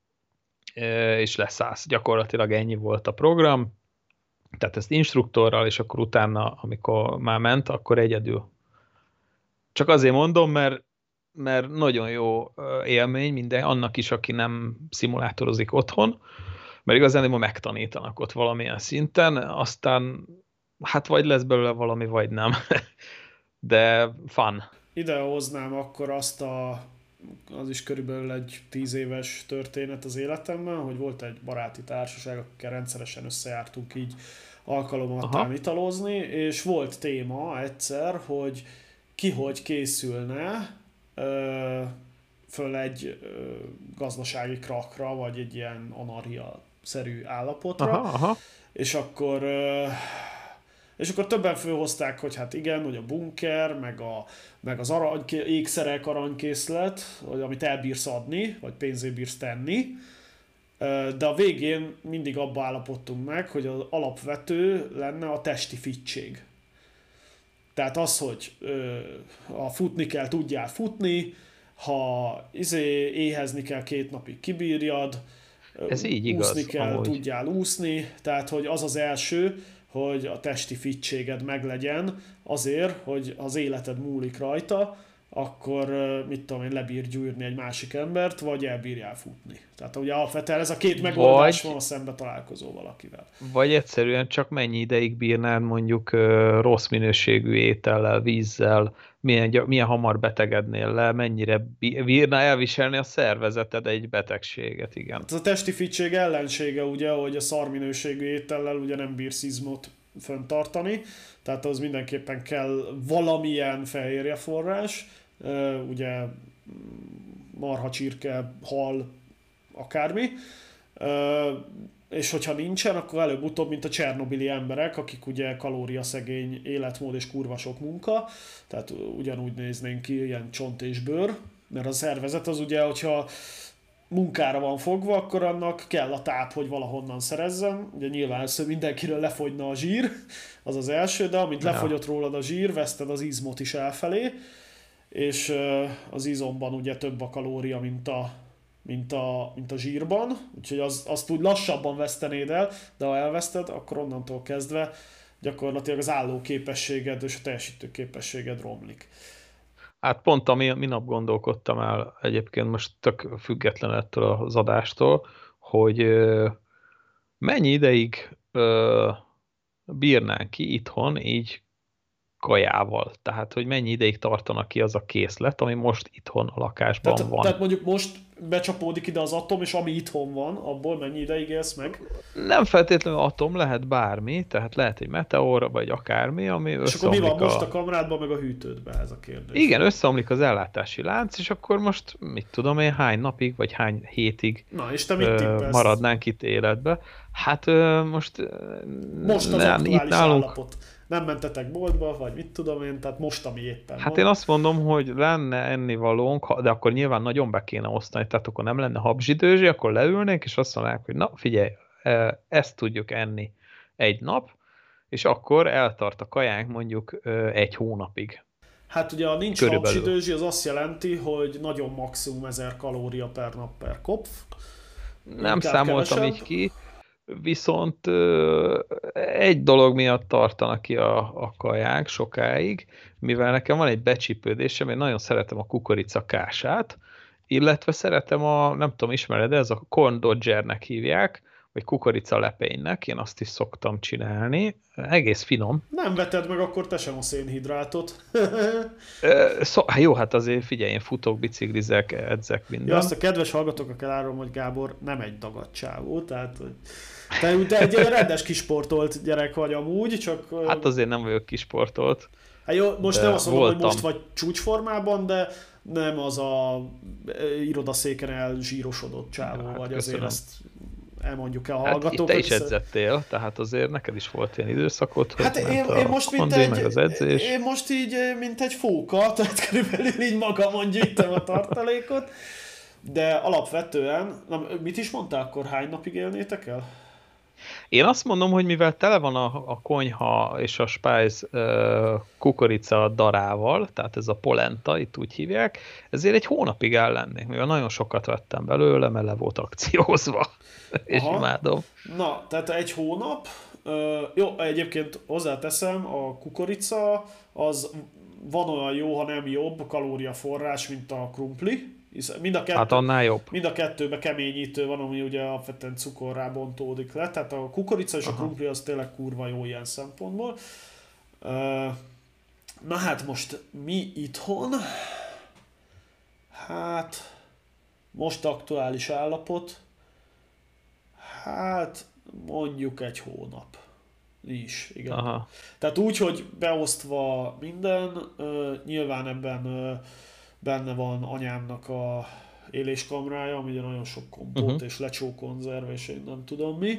és leszállsz. Gyakorlatilag ennyi volt a program. Tehát ezt instruktorral, és akkor utána, amikor már ment, akkor egyedül. Csak azért mondom, mert, mert nagyon jó élmény minden, annak is, aki nem szimulátorozik otthon, mert igazán ma megtanítanak ott valamilyen szinten, aztán hát vagy lesz belőle valami, vagy nem. De fun. Idehoznám akkor azt a, az is körülbelül egy tíz éves történet az életemben, hogy volt egy baráti társaság, akikkel rendszeresen összejártunk így alkalomattán italozni, és volt téma egyszer, hogy ki hogy készülne ö, föl egy ö, gazdasági krakra, vagy egy ilyen anarchia-szerű állapotra, aha, aha. és akkor ö, és akkor többen fölhozták, hogy hát igen, hogy a bunker, meg, a, meg az arany, ékszerek aranykészlet, amit elbírsz adni, vagy pénzé bírsz tenni, de a végén mindig abba állapodtunk meg, hogy az alapvető lenne a testi fittség. Tehát az, hogy ö, ha futni kell, tudjál futni, ha izé, éhezni kell két napig kibírjad, ez így úszni igaz, kell, amúgy. tudjál úszni, tehát hogy az az első, hogy a testi fittséged meglegyen azért, hogy az életed múlik rajta, akkor mit tudom én, lebír gyűrni egy másik embert, vagy elbírjál futni. Tehát ugye alapvetően ez a két megoldás vagy, van, a szembe találkozó valakivel. Vagy egyszerűen csak mennyi ideig bírnád mondjuk rossz minőségű étellel, vízzel, milyen, milyen hamar betegednél le, mennyire bírná elviselni a szervezeted egy betegséget, igen. Hát ez a testi fittség ellensége ugye, hogy a szarminőségű étellel ugye nem bírsz izmot fenntartani, tehát az mindenképpen kell valamilyen fehérjeforrás, ugye marha, csirke, hal, akármi, és hogyha nincsen, akkor előbb-utóbb, mint a csernobili emberek, akik ugye kalóriaszegény életmód és kurva sok munka, tehát ugyanúgy néznénk ki, ilyen csont és bőr, mert a szervezet az ugye, hogyha munkára van fogva, akkor annak kell a táp, hogy valahonnan szerezzen. Ugye nyilván először mindenkiről lefogyna a zsír, az az első, de amint ja. lefogyott rólad a zsír, veszted az izmot is elfelé, és az izomban ugye több a kalória, mint a, mint a, mint a zsírban, úgyhogy az, azt úgy lassabban vesztenéd el, de ha elveszted, akkor onnantól kezdve gyakorlatilag az állóképességed és a teljesítőképességed romlik. Hát pont a minap gondolkodtam el egyébként most tök független ettől az adástól, hogy mennyi ideig bírnánk ki itthon így kajával. Tehát, hogy mennyi ideig tartanak ki az a készlet, ami most itthon a lakásban tehát, van. Tehát mondjuk most becsapódik ide az atom, és ami itthon van, abból mennyi ideig élsz meg? Nem feltétlenül atom, lehet bármi, tehát lehet egy meteor, vagy akármi, ami és összeomlik. És akkor mi van a... most a kamrádban, meg a hűtődben, ez a kérdés? Igen, összeomlik az ellátási lánc, és akkor most mit tudom én, hány napig, vagy hány hétig Na, és te mit tippelsz? maradnánk itt életbe. Hát most... Most az nem, aktuális állapot. Nem mentetek boltba, vagy mit tudom én, tehát most, ami éppen Hát van. én azt mondom, hogy lenne ennivalónk, de akkor nyilván nagyon be kéne osztani, tehát akkor nem lenne habzsidőzsi, akkor leülnénk, és azt mondanánk, hogy na figyelj, ezt tudjuk enni egy nap, és akkor eltart a kajánk mondjuk egy hónapig. Hát ugye a nincs Körülbelül. habzsidőzsi, az azt jelenti, hogy nagyon maximum ezer kalória per nap per kopf. Nem számoltam így ki, viszont egy dolog miatt tartanak ki a, a kaják sokáig, mivel nekem van egy becsípődésem, én nagyon szeretem a kukoricakását, illetve szeretem a, nem tudom, ismered, ez a corn dodgernek hívják, vagy kukorica lepénynek, én azt is szoktam csinálni, egész finom. Nem veted meg akkor te sem a szénhidrátot. Szó, hát jó, hát azért figyelj, én futok, biciklizek, edzek minden. Ja, azt a kedves hallgatóknak elárulom, hogy Gábor nem egy dagadt csávó, tehát hogy te, te egy rendes kisportolt gyerek vagy amúgy, csak... Hát azért nem vagyok kisportolt. Hát jó, most nem azt mondom, voltam. hogy most vagy csúcsformában, de nem az a irodaszéken elzsírosodott csávó Ja, hát vagy, köszönöm. azért ezt elmondjuk el a Hát hallgatók. te is edzettél, tehát azért neked is volt ilyen időszakot, hogy Hát én, én, most mint kondi, egy, meg az edzés. én most így, mint egy fóka, tehát körülbelül így magamon gyűjtem a tartalékot, de alapvetően, na, mit is mondtál akkor, hány napig élnétek el? Én azt mondom, hogy mivel tele van a, a konyha és a spájz uh, kukorica darával, tehát ez a polenta, itt úgy hívják, ezért egy hónapig el lennék, mivel nagyon sokat vettem belőle, mert le volt akciózva, és Aha. imádom. Na, tehát egy hónap, uh, jó, egyébként hozzáteszem, a kukorica az van olyan jó, ha nem jobb kalóriaforrás, mint a krumpli. Mind a, kettő, Hát annál jobb. mind a kettőben keményítő van, ami ugye alapvetően cukorrá bontódik le, tehát a kukorica és Aha. a krumpli az tényleg kurva jó ilyen szempontból. Na hát most mi itthon? Hát most aktuális állapot, hát mondjuk egy hónap is, igen. Aha. Tehát úgy, hogy beosztva minden, nyilván ebben benne van anyámnak a éléskamrája, ami ugye nagyon sok kompót uh-huh. és lecsókonzerv, és én nem tudom mi.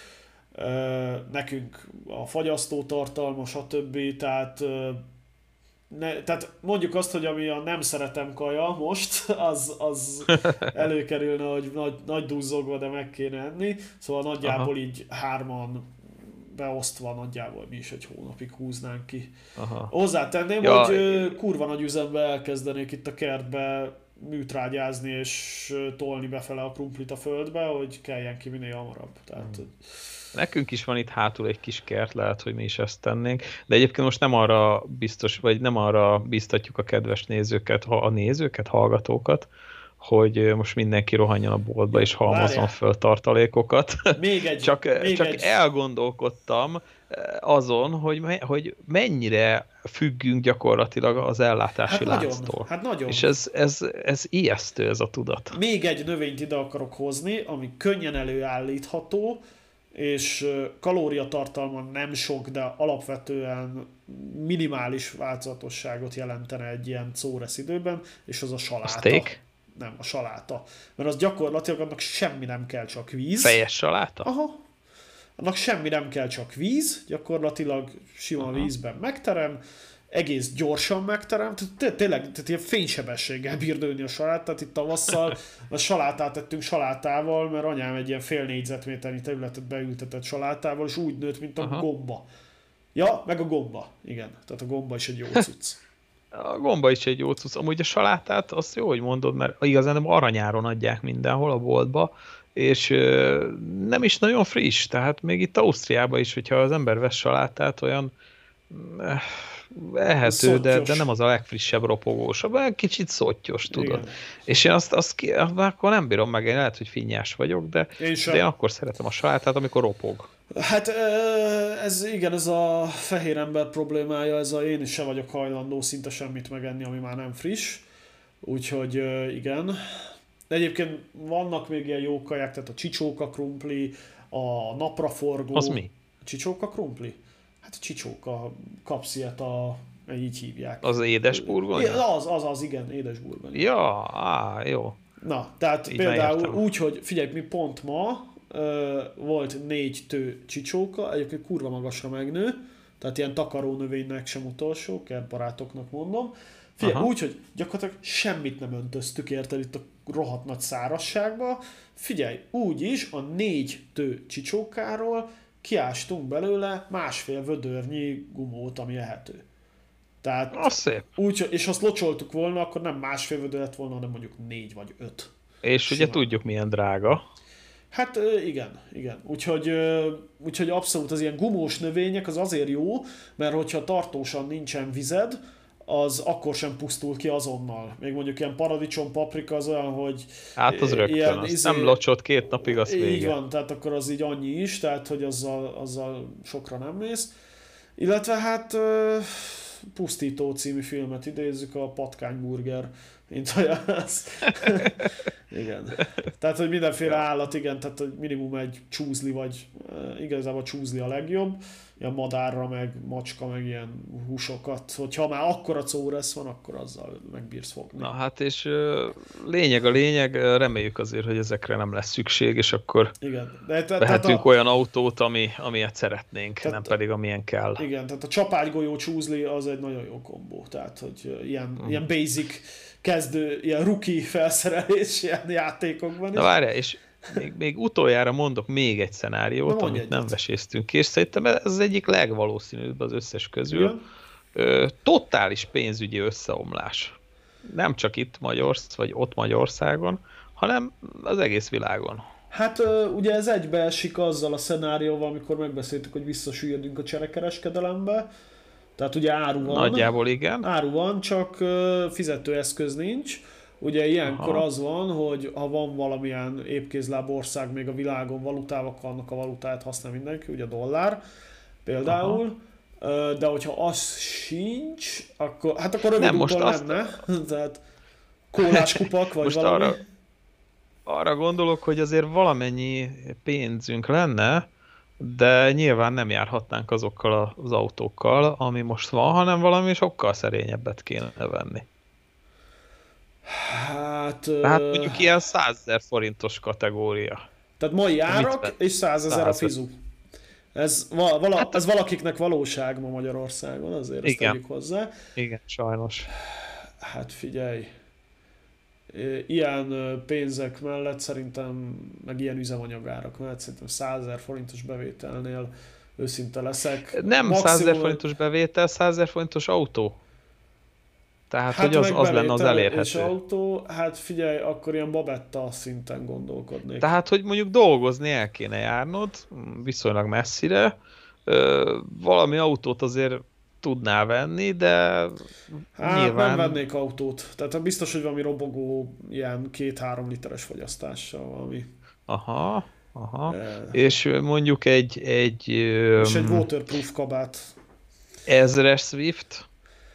Nekünk a fagyasztótartalma, stb. Tehát, ne, tehát mondjuk azt, hogy ami a nem szeretem kaja most, az, az előkerülne, hogy nagy, nagy duzzogva, de meg kéne enni. Szóval nagyjából Aha. így hárman beosztva nagyjából mi is egy hónapig húznánk ki. Aha. Hozzátenném, ja. hogy kurva nagy üzembe elkezdenék itt a kertbe műtrágyázni és tolni befele a krumplit a földbe, hogy kelljen ki minél hamarabb. Tehát, hmm. Nekünk is van itt hátul egy kis kert, lehet, hogy mi is ezt tennénk, de egyébként most nem arra biztos, vagy nem arra biztatjuk a kedves nézőket, a nézőket, hallgatókat, hogy most mindenki rohanjon a boltba és halmozzon föl tartalékokat. Még egy, csak még csak egy. elgondolkodtam azon, hogy, hogy mennyire függünk gyakorlatilag az ellátási hát lánctól. Nagyon, hát nagyon. És ez, ez, ez ijesztő, ez a tudat. Még egy növényt ide akarok hozni, ami könnyen előállítható, és kalóriatartalma nem sok, de alapvetően minimális változatosságot jelentene egy ilyen córesz időben, és az a saláta. A steak? Nem, a saláta. Mert az gyakorlatilag annak semmi nem kell, csak víz. Fejes saláta? Aha. Annak semmi nem kell, csak víz, gyakorlatilag sima Aha. vízben megterem, egész gyorsan megterem, tehát tényleg tehát ilyen fénysebességgel bír nőni a salát, tehát itt tavasszal a salátát tettünk salátával, mert anyám egy ilyen fél négyzetméternyi területet beültetett salátával, és úgy nőtt, mint a Aha. gomba. Ja, meg a gomba, igen, tehát a gomba is egy jó cucc. A gomba is egy jó cucc. Amúgy a salátát, azt jó, hogy mondod, mert igazán aranyáron adják mindenhol a boltba, és nem is nagyon friss, tehát még itt Ausztriában is, hogyha az ember vesz salátát, olyan ehető, de, de nem az a legfrissebb ropogósabb, kicsit szottyos, tudod. Igen. És én azt, azt ki, akkor nem bírom meg, én lehet, hogy finnyás vagyok, de én, de én akkor szeretem a salátát, amikor ropog. Hát ez igen, ez a fehér ember problémája, ez a én is se vagyok hajlandó szinte semmit megenni, ami már nem friss. Úgyhogy igen. De egyébként vannak még ilyen jó kaják, tehát a csicsóka krumpli, a napraforgó. Az mi? A csicsóka krumpli? Hát a csicsóka, kapsz ilyet, a, így hívják. Az édes burgonya? Az, az, az, igen, édes burgonya. Ja, á, jó. Na, tehát így például úgy, hogy figyelj, mi pont ma uh, volt négy tő csicsóka, egyébként kurva magasra megnő, tehát ilyen takarónövénynek sem utolsó, kertbarátoknak mondom. Figyelj, úgy, hogy gyakorlatilag semmit nem öntöztük, érted, itt a rohadt nagy szárazságba. Figyelj, úgy is a négy tő csicsókáról kiástunk belőle másfél vödörnyi gumót, ami ehető. Tehát az szép. úgy, és ha azt locsoltuk volna, akkor nem másfél vödör lett volna, hanem mondjuk négy vagy öt. És Simán. Ugye tudjuk, milyen drága. Hát igen, igen. Úgyhogy, úgyhogy abszolút az ilyen gumós növények az azért jó, mert hogyha tartósan nincsen vized, az akkor sem pusztul ki azonnal. Még mondjuk ilyen paradicsom, paprika az olyan, hogy... Hát az rögtön, ilyen, az izé, nem locsott két napig, az vége. Így van, tehát akkor az így annyi is, tehát hogy azzal, azzal sokra nem mész. Illetve hát Pusztító című filmet idézzük, a patkányburger, mint olyan az. Igen. Tehát, hogy mindenféle állat, igen, tehát hogy minimum egy csúzli, vagy igazából csúzli a legjobb, ilyen madárra, meg macska, meg ilyen húsokat, hogyha már akkora córesz van, akkor azzal megbírsz fogni. Na hát, és lényeg a lényeg, reméljük azért, hogy ezekre nem lesz szükség, és akkor igen. De te, vehetünk a... olyan autót, ami, amilyet szeretnénk, tehát, nem pedig amilyen kell. Igen, tehát a csapágygolyó csúzli az egy nagyon jó kombó, tehát hogy ilyen, hmm. ilyen basic kezdő, ilyen rookie felszerelés ilyen játékokban is. Na várjál, és még, még utoljára mondok még egy szenáriót, amit egyet. nem veséztünk ki, és szerintem ez az egyik legvalószínűbb az összes közül. Ö, totális pénzügyi összeomlás. Nem csak itt Magyarország, vagy ott Magyarországon, hanem az egész világon. Hát ugye ez egybeesik azzal a szenárióval, amikor megbeszéltük, hogy visszasüllyedünk a cserekereskedelembe. Tehát ugye áru van. Nagyjából igen. Áru van, csak fizetőeszköz nincs. Ugye ilyenkor Aha. az van, hogy ha van valamilyen épkézláb ország még a világon valutával, annak a valutáját használ mindenki, ugye a dollár például. Aha. De hogyha az sincs, akkor, hát akkor rövid úton lenne. Azt... Tehát kólás kupak, vagy most valami. Arra, arra gondolok, hogy azért valamennyi pénzünk lenne, de nyilván nem járhatnánk azokkal az autókkal, ami most van, hanem valami sokkal szerényebbet kéne venni. Hát... Tehát mondjuk ilyen százezer forintos kategória. Tehát mai árak és százezer a fizu. Ez, vala, hát, ez valakiknek valóság ma Magyarországon, azért ezt tegyük hozzá. Igen, sajnos. Hát figyelj, ilyen pénzek mellett szerintem, meg ilyen üzemanyagárak mellett szerintem százezer forintos bevételnél őszinte leszek. Nem maximum... százezer forintos bevétel, százezer forintos autó. Tehát, hát hogy az, az lenne az elérhető. És autó, hát figyelj, akkor ilyen babetta szinten gondolkodnék. Tehát, hogy mondjuk dolgozni el kéne járnod, viszonylag messzire, valami autót azért tudnál venni, de hát nyilván... nem vennék autót. Tehát biztos, hogy valami robogó ilyen két-három literes fogyasztással valami. Aha, aha. E... És mondjuk egy... egy és egy waterproof kabát. Ezres Swift.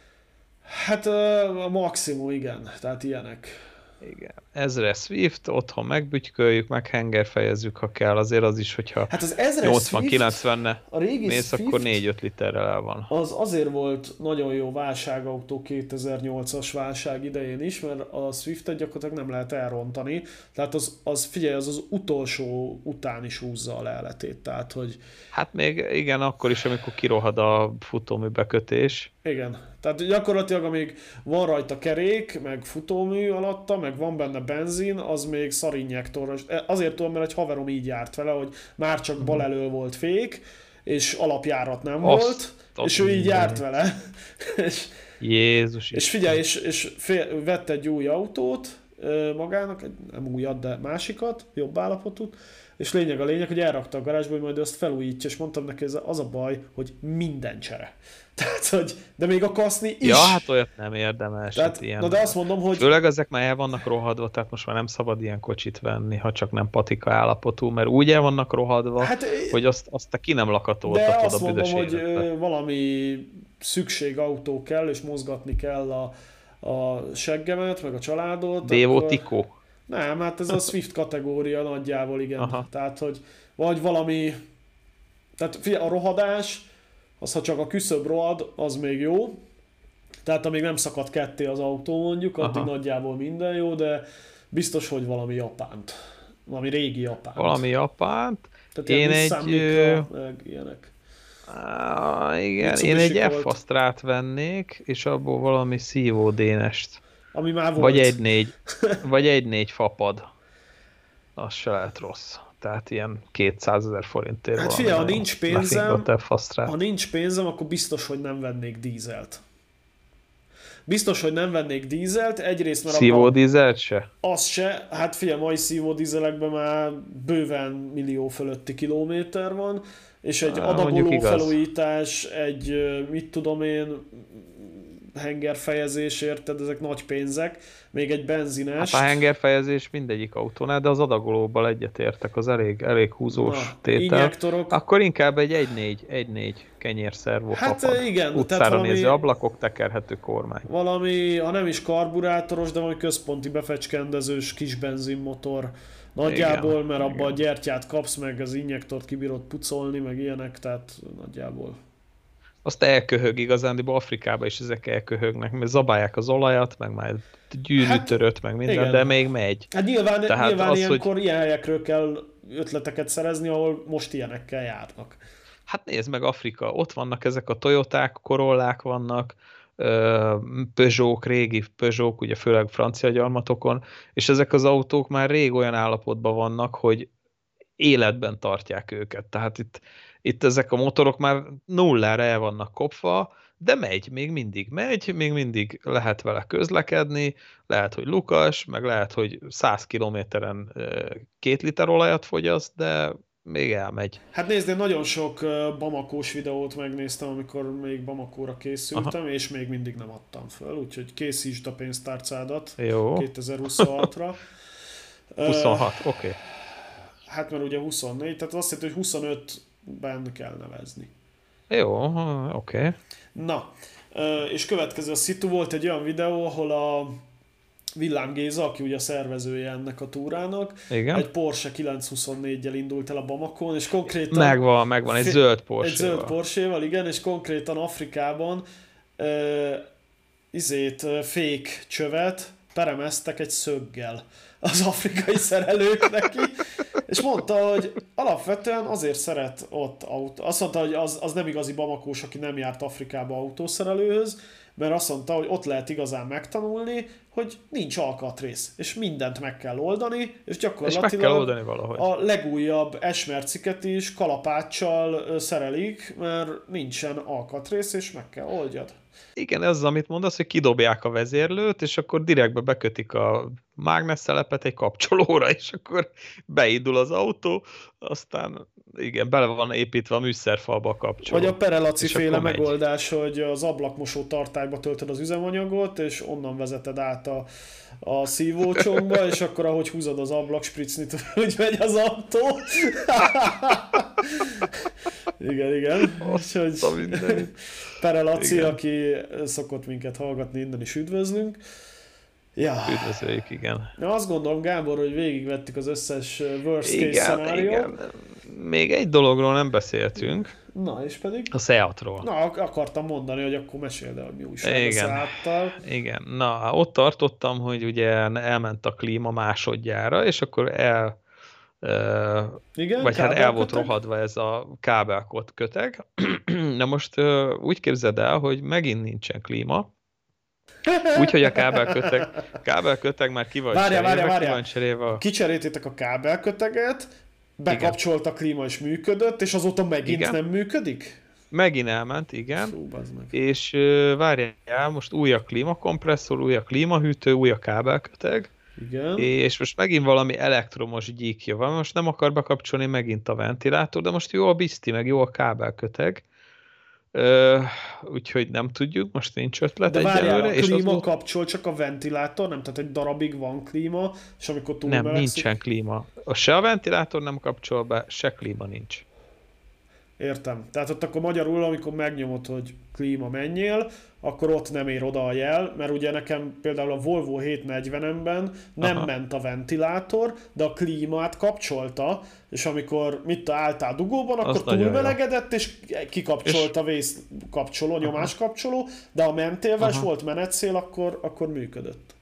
Hát a maximum, igen. Tehát ilyenek. Igen. Ezres Swift, otthon megbütyköljük, meghengerfejezzük, ha kell. Azért az is, hogyha hát az nyolcvan-kilencvenne mész, akkor négy-öt literrel el van. Az azért volt nagyon jó válságautó kétezer-nyolcas válság idején is, mert a Swiftet gyakorlatilag nem lehet elrontani. Tehát az, az figyelj, az az utolsó után is húzza a leletét. Tehát, hogy... Hát még igen, akkor is, amikor kirohad a futómű bekötés. Igen. Tehát gyakorlatilag, amíg van rajta kerék, meg futómű alatta, meg van benne benzin, az még szarinjektor. Azért tudom, mert egy haverom így járt vele, hogy már csak bal elől volt fék, és alapjárat nem Azt volt, és ő így járt vele. és, Jézus És figyelj, és, és fél, vett egy új autót magának, nem újat, de másikat, jobb állapotút, és lényeg a lényeg, hogy elrakta a garázsba, hogy majd azt felújítja, és mondtam neki, ez az a baj, hogy minden csere. Tehát, hogy, de még a kaszni is. Ja, hát olyat nem érdemes. Tehát, hát ilyen, na de azt mondom, hogy... Főleg ezek már el vannak rohadva, tehát most már nem szabad ilyen kocsit venni, ha csak nem patika állapotú, mert úgy el vannak rohadva, hát, hogy azt, azt te ki nem lakatoltatod a büdös mondom, életbe. Hogy valami szükségautó kell, és mozgatni kell a, a seggemet, meg a családot. Dévó akkor... Tikó. Nem, hát ez a Swift kategória nagyjából, igen. Aha. Tehát, hogy vagy valami... Tehát figyelj, a rohadás, az ha csak a küszöb rohad, az még jó. Tehát amíg nem szakad ketté az autó mondjuk, addig Aha. nagyjából minden jó, de biztos, hogy valami japánt. Valami régi japánt. Valami japánt. Tehát én egy... Mikra, meg ilyenek. Ah, igen, én Mitsubishi egy Colt, F-Astrát vennék, és abból valami szívó dénest. ami már Vagy volt. egy négy, vagy egy négy fapad. Az se lehet rossz. Tehát ilyen kétszázezer forintért Hát valami figyelj, ha nagyon nincs lefingott pénzem, ha F-Astrát. nincs pénzem, akkor biztos, hogy nem vennék dízelt. Biztos, hogy nem vennék dízelt, egyrészt, mert Szívó abban dízelt se? az se, hát figyelj, mai szívó dízelekben már bőven millió fölötti kilométer van, és egy Á, mondjuk adagoló igaz. felújítás, egy ö, mit tudom én, hengerfejezés, érted, ezek nagy pénzek, még egy Hát a benzinest. hengerfejezés mindegyik autónál, de az adagolóval egyetértek, az elég, elég húzós Na, tétel. injektorok. Akkor inkább egy egy négy, egy négy kenyérszervó Hát fapad. ö, igen, tehát Utcára valami, néző ablakok, tekerhető kormány. valami, ha nem is karburátoros, de valami központi befecskendezős kis benzinmotor. Igen, Nagyjából, mert abba a igen. gyertyát kapsz, meg az injektort kibírod pucolni, meg ilyenek, tehát nagyjából. Azt elköhög igazándiból Afrikában is ezek elköhögnek, mert zabálják az olajat, meg már Hát gyűrűtörött, meg minden, de igen. még megy. Hát nyilván, Tehát nyilván az, hogy ilyenkor ilyen helyekről kell ötleteket szerezni, ahol most ilyenekkel járnak. hát nézd meg Afrika, ott vannak ezek a Toyoták, Corollák vannak, ö, Peugeot, régi Peugeot, ugye főleg francia gyarmatokon, és ezek az autók már rég olyan állapotban vannak, hogy életben tartják őket. Tehát itt, itt ezek a motorok már nullára el vannak kopva, de megy, még mindig megy, még mindig lehet vele közlekedni, lehet, hogy lukas, meg lehet, hogy száz kilométeren ö, két liter olajat fogyaszt, de még elmegy. Hát nézd, én nagyon sok ö, Bamakós videót megnéztem, amikor még Bamakóra Aha, készültem, és még mindig nem adtam föl, úgyhogy készítsd a pénztárcádat jó. kétezer-huszonhatra. Ö, huszonhat, oké. Okay. hát mert ugye huszonnégy, tehát azt jelenti, hogy huszonötben kell nevezni. Jó, oké. Okay. Na, ö, és következő a szitu, volt egy olyan videó, ahol a Villám Géza, aki ugye a szervezője ennek a túrának, Igen. egy Porsche kilencszázhuszonnégyel indult el a Bamakón, és konkrétan Megvan, megvan, egy fi- zöld egy zöld Porsche-val. Porsche-val, igen, és konkrétan Afrikában ö, izét, ö, fék csövet peremeztek egy szöggel az afrikai szerelők neki, és mondta, hogy alapvetően azért szeret ott autó. Azt mondta, hogy az, az nem igazi Bamakós, aki nem járt Afrikába autószerelőhöz, mert azt mondta, hogy ott lehet igazán megtanulni, hogy nincs alkatrész, és mindent meg kell oldani, és És meg kell gyakorlatilag oldani valahogy. a legújabb esmerciket is kalapáccsal ö, szerelik, mert nincsen alkatrész, és meg kell oldjad. Igen, ez az, amit mondasz, hogy kidobják a vezérlőt, és akkor direktbe bekötik a mágnesszelepet egy kapcsolóra, és akkor beindul az autó, aztán igen, bele van építve a műszerfalba a Vagy a kapcsoló. Perelaci És féle akkor megy. megoldás, hogy az ablakmosó tartályba töltöd az üzemanyagot, és onnan vezeted át a, a szívócsomba, és akkor ahogy húzod az ablak, spricni tud, hogy megy az autó. Igen, igen. Úgyhogy Azt a mindenit. Perelaci, Igen. aki szokott minket hallgatni, innen is üdvözlünk. Ja. Üdvözöljük, igen. Na azt gondolom, Gábor, hogy végigvettük az összes worst case Igen, szenáriót. igen. Még egy dologról nem beszéltünk, Na, és pedig? a Seatról. Na, ak- akartam mondani, hogy akkor meséld el, hogy mi újság a Igen. Seattal. Igen, na, ott tartottam, hogy ugye elment a klíma másodjára, és akkor el, ö, Igen, vagy hát el volt kábelköteg? rohadva ez a kábelkot köteg. Na most ö, úgy képzeld el, hogy megint nincsen klíma, úgyhogy a kábelköteg, kábelköteg már ki van Várjál, cserélve, várjál, ki van várjál. cserélve. a- Kicseréltétek a kábelköteget, Igen, bekapcsolt a klíma és működött, és azóta megint igen, nem működik? megint elment, igen. Fú, bazd meg. És ö, várjál, most új a klímakompresszor, új a klímahűtő, új a kábelköteg, Igen. és most megint valami elektromos gyíkja van, most nem akar bekapcsolni megint a ventilátor, de most jó a bizti, meg jó a kábelköteg, Ö, úgyhogy nem tudjuk, most nincs ötlet De várjál, a egyelőre, és az klíma volt, kapcsol csak a ventilátor, nem? Tehát egy darabig van klíma, és amikor túl nem, melegszik... nincsen klíma. A se a ventilátor nem kapcsol be, se klíma nincs. Értem. Tehát ott akkor magyarul, amikor megnyomod, hogy klíma menjél, akkor ott nem ér oda a jel, mert ugye nekem például a Volvo hétszáznegyvenemben nem Aha. ment a ventilátor, de a klímát kapcsolta, és amikor mit te álltál dugóban, Az akkor nagyon jó. túlmelegedett, és kikapcsolt a vészkapcsoló, nyomáskapcsoló, de ha mentél, és Aha. volt menetszél, akkor, akkor működött.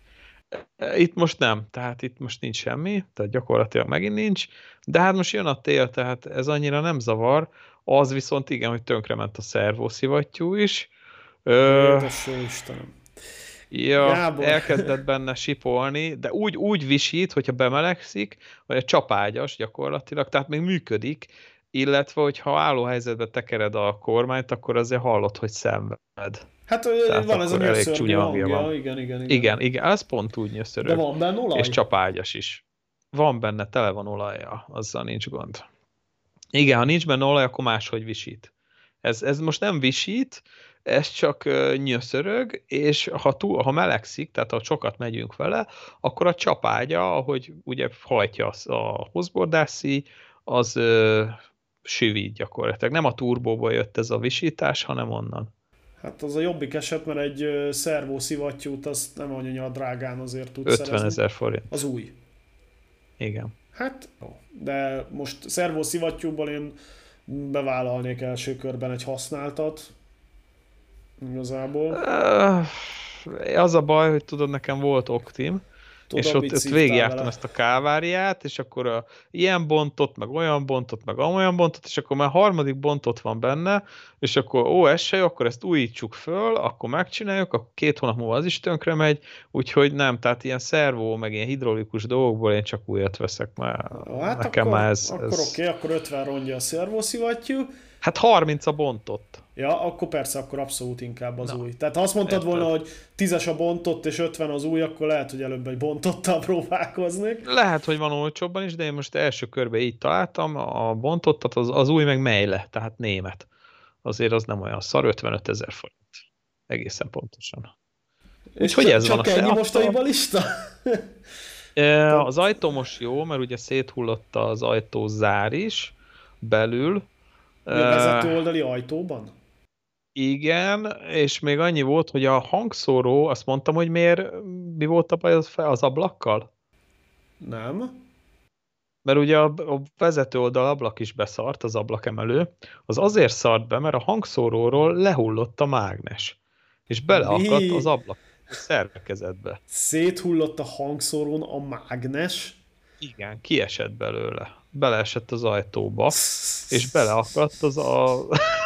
Itt most nem, tehát itt most nincs semmi, tehát gyakorlatilag megint nincs, de hát most jön a tél, tehát ez annyira nem zavar, az viszont igen, hogy tönkrement a szervószivattyú is. Ö, Édes jó Istenem. ja, Gábor. elkezdett benne sipolni, de úgy, úgy visít, hogyha bemelegszik, hogy a csapágyas gyakorlatilag, tehát még működik, illetve, hogyha álló helyzetbe tekered a kormányt, akkor azért hallod, hogy szenved. Hát ö, Tehát van ez a akkor elég nyöszörgő csúnya hangja hangja, van. igen, igen, igen. Igen, igen, ez pont úgy De nyöszörög. van benne És olaj? csapágyas is. Van benne, tele van olaja, azzal nincs gond. Igen, ha nincs benne olaj, akkor máshogy visít. Ez, ez most nem visít, ez csak uh, nyöszörög, és ha, túl, ha melegszik, tehát ha sokat megyünk vele, akkor a csapágya, ahogy ugye hajtja a hozbordászi, az uh, süvít gyakorlatilag. Nem a turbóból jött ez a visítás, hanem onnan. Hát az a jobbik eset, mert egy ö, szervó szivattyút azt nem annyira drágán azért tud ötven szerezni. ezer forint. Az új. Igen. Hát, jó. De most szervó szivattyúból én bevállalnék első körben egy használtat. Igazából. Uh, az a baj, hogy tudod, nekem volt Optim, Tudom, és ott, mit ott szívtál végigjártam vele. ezt a káváriát, és akkor a, ilyen bontot, meg olyan bontot, meg olyan bontot, és akkor már harmadik bontot van benne, és akkor ó, ez se jó, akkor ezt újítsuk föl, akkor megcsináljuk, akkor két hónap múlva az is tönkre megy, úgyhogy nem, tehát ilyen szervó, meg ilyen hidraulikus dolgokból én csak újat veszek, mert Hát nekem akkor, már ez... akkor ez... oké, akkor ötven rongyja a szervószivattyú. Hát harminc a bontott. Ja, akkor persze, akkor abszolút inkább az Na, új. Tehát ha azt mondtad érted. volna, hogy tízes a bontott és ötven az új, akkor lehet, hogy előbb egy bontottal próbálkoznék. Lehet, hogy van olcsóbban is, de én most első körben így találtam, a bontottat, az, az új meg Mejle, tehát német. Azért az nem olyan szar, ötvenöt ezer forint. Egészen pontosan. És Úgyhogy csak, ez van a csak ennyi Seattal. mostanibb a lista? E, Az ajtó most jó, mert ugye széthullott az ajtózár is belül. Mi a vezető oldali ajtóban? Igen, és még annyi volt, hogy a hangszóró, azt mondtam, hogy miért, mi volt a baj az, az ablakkal? Nem. Mert ugye a, a vezető oldal ablak is beszart, az ablakemelő, az azért szart be, mert a hangszóróról lehullott a mágnes, és beleakadt az Mi? ablak szerkezetbe. Széthullott a hangszórón a mágnes? Igen, kiesett belőle. Beleesett az ajtóba, és beleakadt az a...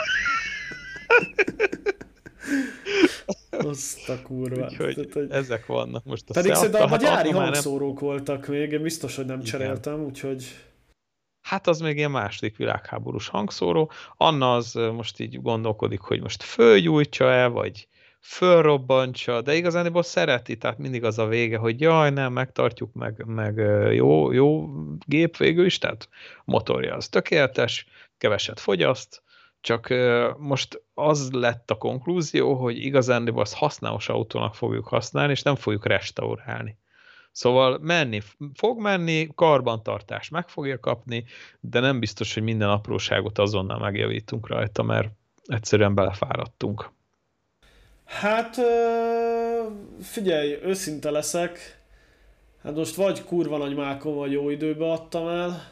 Azt a kurva. Úgyhogy Tehát, hogy... ezek vannak most a Pedig Seattal. szerintem a Hát gyári Anna már nem... hangszórók voltak még, én biztos, hogy nem Igen. cseréltem, úgyhogy... Hát az még ilyen második világháborús hangszóró. Anna az most így gondolkodik, hogy most fölgyújtsa-e, vagy fölrobbantsa, de igazából szereti, tehát mindig az a vége, hogy jaj, nem, megtartjuk, meg, meg jó, jó gép végül is, tehát a motorja az tökéletes, keveset fogyaszt, csak most az lett a konklúzió, hogy igazándiból azt használós autónak fogjuk használni, és nem fogjuk restaurálni. Szóval menni fog menni, karbantartás meg fogja kapni, de nem biztos, hogy minden apróságot azonnal megjavítunk rajta, mert egyszerűen belefáradtunk. Hát figyelj, őszinte leszek, hát most vagy kurva nagy mákon, vagy jó időbe adtam el.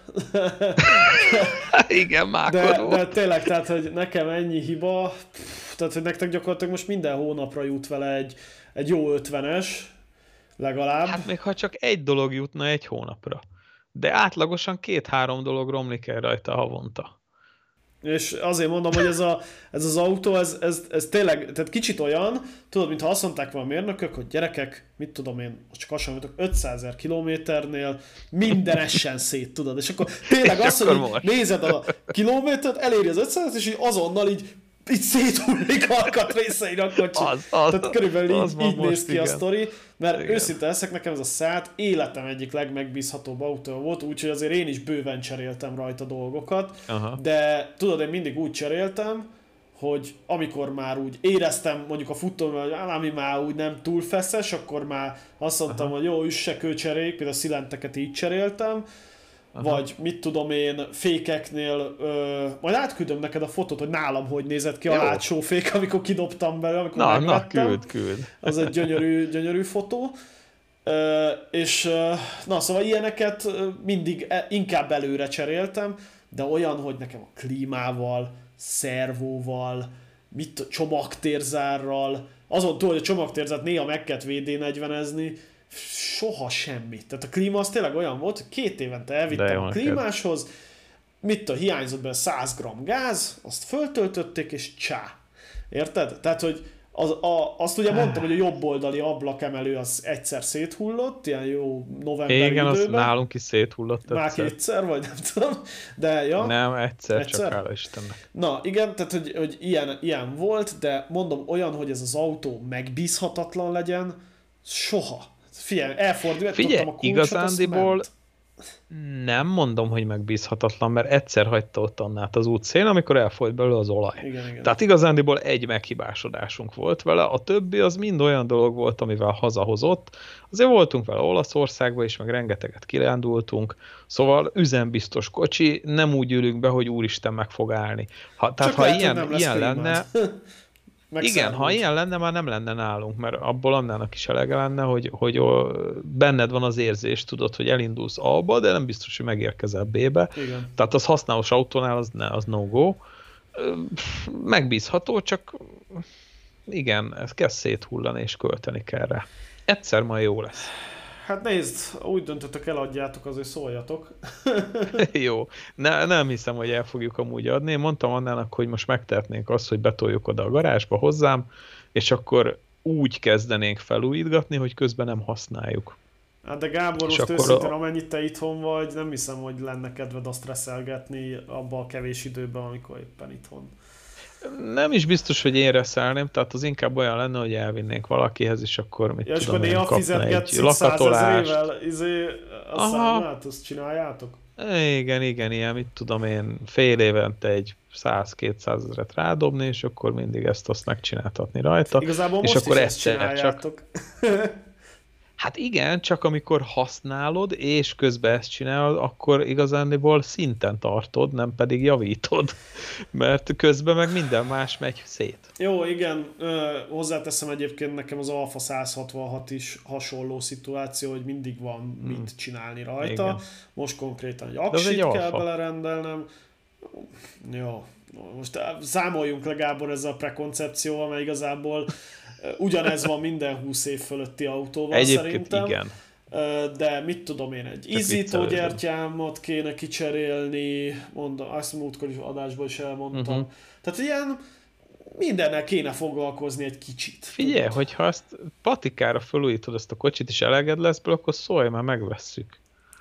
Igen, mákon de, de tényleg, tehát, hogy nekem ennyi hiba, pff, tehát, hogy nektek gyakorlatilag most minden hónapra jut vele egy, egy jó ötvenes, legalább. Hát még ha csak egy dolog jutna egy hónapra. De átlagosan két-három dolog romlik el rajta havonta. És azért mondom, hogy ez, a, ez az autó, ez, ez, ez tényleg, tehát kicsit olyan, tudod, mintha azt mondták volna a mérnökök, hogy gyerekek, mit tudom én, most csak hasonlítok, ötszázezer kilométernél minden essen szét, tudod, és akkor tényleg És azt, akkor hogy most. nézed a kilométert, eléri az ötszázat, és így azonnal így így széthullik alkatrészein a kocsi. Az, az, Tehát körülbelül az így, így most, néz ki igen. a sztori, mert Igen. őszinte leszek, nekem ez a Seat életem egyik legmegbízhatóbb autó volt, úgyhogy azért én is bőven cseréltem rajta dolgokat, Aha. de tudod, én mindig úgy cseréltem, hogy amikor már úgy éreztem mondjuk a futómmal, hogy ami már úgy nem túl feszes, akkor már azt mondtam, aha, hogy jó, üssekőcserék, például a szilenteket így cseréltem, aha, vagy mit tudom én, fékeknél, ö, majd átküldöm neked a fotót, hogy nálam hogy nézett ki a jó hátsó fék, amikor kidobtam belőle, amikor na, megvettem. Na, küld, küld. Az egy gyönyörű, gyönyörű fotó. Ö, és ö, na, szóval ilyeneket mindig inkább előre cseréltem, de olyan, hogy nekem a klímával, szervóval, mit, csomagtérzárral, azon túl, hogy a csomagtérzát néha meg kellett vé dé negyvenezni, soha semmit. Tehát a klíma az tényleg olyan volt, hogy két évente elvittem a klímáshoz, mit a hiányzott belőle száz gramm gáz, azt föltöltötték, és csá. Érted? Tehát, hogy az, a, azt ugye mondtam, hogy a jobb oldali ablakemelő az egyszer széthullott, ilyen jó novemberi igen, időben. Igen, az nálunk is széthullott Már egyszer. Már kétszer, vagy nem tudom. De ja. Nem, egyszer, egyszer? Csak hála Istennek. Na igen, tehát hogy, hogy ilyen, ilyen volt, de mondom olyan, hogy ez az autó megbízhatatlan legyen, soha. Figyelj, elfordult, Figyelj, a kulcsot, igazándiból nem mondom, hogy megbízhatatlan, mert egyszer hagyta ott Annát az útszélén, amikor elfolyt belőle az olaj. Igen, igen. Tehát igazándiból egy meghibásodásunk volt vele, a többi az mind olyan dolog volt, amivel hazahozott. Azért voltunk vele Olaszországban is, meg rengeteget kirándultunk, szóval üzembiztos kocsi, nem úgy ülünk be, hogy úristen meg fog állni. Ha, tehát Csak ha lehet, ilyen, ilyen lenne... Igen, ha ilyen lenne, már nem lenne nálunk, mert abból Annának is elege lenne, hogy, hogy benned van az érzés, tudod, hogy elindulsz A-ba, de nem biztos, hogy megérkezel B-be. Igen. Tehát az használós autónál az, ne, az no-go. Megbízható, csak igen, ez kezd széthullani és költeni kell rá. Egyszer majd jó lesz. Hát nézd, úgy döntöttek, eladjátok, azért szóljatok. Jó, ne, nem hiszem, hogy el fogjuk amúgy adni. Én mondtam Annának, hogy most megtehetnénk azt, hogy betoljuk oda a garázsba hozzám, és akkor úgy kezdenénk felújítgatni, hogy közben nem használjuk. Hát de Gábor, most őszintén, a... amennyit te itthon vagy, nem hiszem, hogy lenne kedved azt reszelgetni abba a kevés időben, amikor éppen itthon. Nem is biztos, hogy én reszelném, tehát az inkább olyan lenne, hogy elvinnénk valakihez, és akkor mit ja, tudom én, kapna egy lakatolást. Izé, a számlát, azt csináljátok? Igen, igen, ilyen, mit tudom én, fél évente egy száz-kétszáz ezeret rádobni, és akkor mindig ezt azt megcsináltatni rajta. Igazából és most akkor is ezt csináljátok. Csak... Hát igen, csak amikor használod, és közben ezt csinálod, akkor igazándiból szinten tartod, nem pedig javítod. Mert közben meg minden más megy szét. Jó, igen, hozzáteszem egyébként nekem az Alfa száz hatvanhat is hasonló szituáció, hogy mindig van hmm. mit csinálni rajta. Igen. Most konkrétan egy aksit egy kell belerendelnem. Jó, most számoljunk le Gábor ezzel a prekoncepcióval, mert igazából ugyanez van minden húsz év fölötti autóval. Egyébként szerintem. Igen. De mit tudom én, egy izzítógyertyámat kéne kicserélni, mondom, azt múltkor is adásban is elmondtam. Uh-huh. Tehát ilyen mindennel kéne foglalkozni egy kicsit. Figyelj, hogyha ezt patikára felújítod ezt a kocsit, és eleged lesz belőle, akkor szólj, már megvesszük.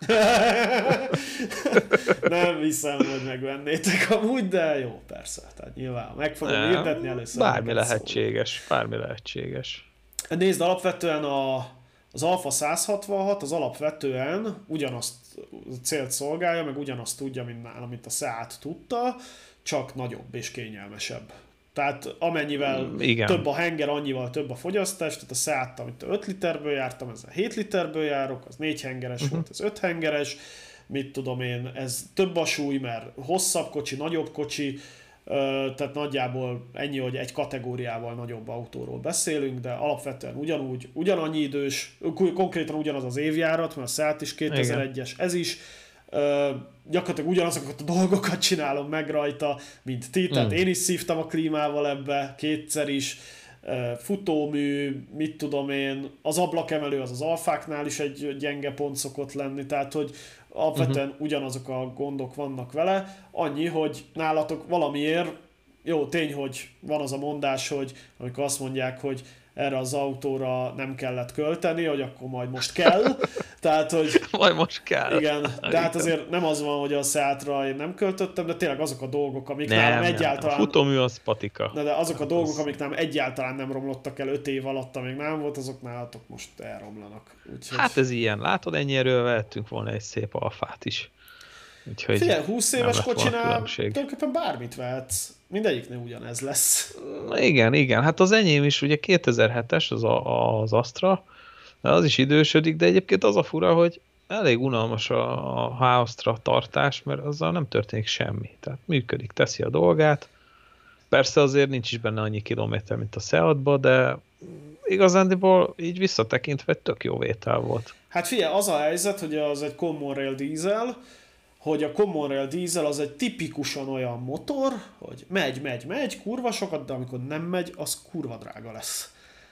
Nem hiszem, hogy megvennétek amúgy, de jó, persze. Tehát nyilván meg fogom hirdetni először. Bármi lehetséges, szól. bármi lehetséges. Nézd, alapvetően a, az Alfa száz hatvanhat az alapvetően ugyanazt célt szolgálja, meg ugyanazt tudja, mint nálam, amit a Seat tudta, csak nagyobb és kényelmesebb. Tehát amennyivel Igen. több a henger, annyival több a fogyasztás, tehát a Seat, amit öt literből jártam, ezzel hét literből járok, az négy hengeres uh-huh. volt, ez öt hengeres, mit tudom én, ez több a súly, mert hosszabb kocsi, nagyobb kocsi, tehát nagyjából ennyi, hogy egy kategóriával nagyobb autóról beszélünk, de alapvetően ugyanúgy, ugyanannyi idős, konkrétan ugyanaz az évjárat, mert a Seat is kétezer-egyes, ez is, Uh, gyakorlatilag ugyanazokat a dolgokat csinálom meg rajta, mint ti, tehát mm. én is szívtam a klímával ebbe, kétszer is, uh, futómű, mit tudom én, az ablakemelő az az alfáknál is egy gyenge pont szokott lenni, tehát hogy alapvetően uh-huh. ugyanazok a gondok vannak vele, annyi, hogy nálatok valamiért, jó tény, hogy van az a mondás, hogy amikor azt mondják, hogy erre az autóra nem kellett költeni, hogy akkor majd most kell. Tehát, hogy... Majd most kell. Igen, de hát azért nem az van, hogy a Seatra én nem költöttem, de tényleg azok a dolgok, amik nem, nálam nem. egyáltalán... A futómű az patika. De, de azok a dolgok, amik nálam egyáltalán nem romlottak el öt év alatt, amíg nem volt, azok nálatok most elromlanak. Úgyhogy... Hát ez ilyen. Látod, ennyi erővel vettünk volna egy szép alfát is. Úgyhogy figyelj, húsz éves kocsinál tulajdonképpen bármit vehetsz. Mindegyiknél ugyanez lesz. Igen, igen. Hát az enyém is ugye kétezer-hetes az, a, az Astra, az is idősödik, de egyébként az a fura, hogy elég unalmas a, a H-Astra tartás, mert azzal nem történik semmi. Tehát működik, teszi a dolgát. Persze azért nincs is benne annyi kilométer, mint a Seatba, de igazándiból így visszatekintve tök jó vétel volt. Hát figyelj, az a helyzet, hogy az egy Common Rail dízel, hogy a Common Rail dízel az egy tipikusan olyan motor, hogy megy, megy, megy, kurva sokat, de amikor nem megy, az kurva drága lesz.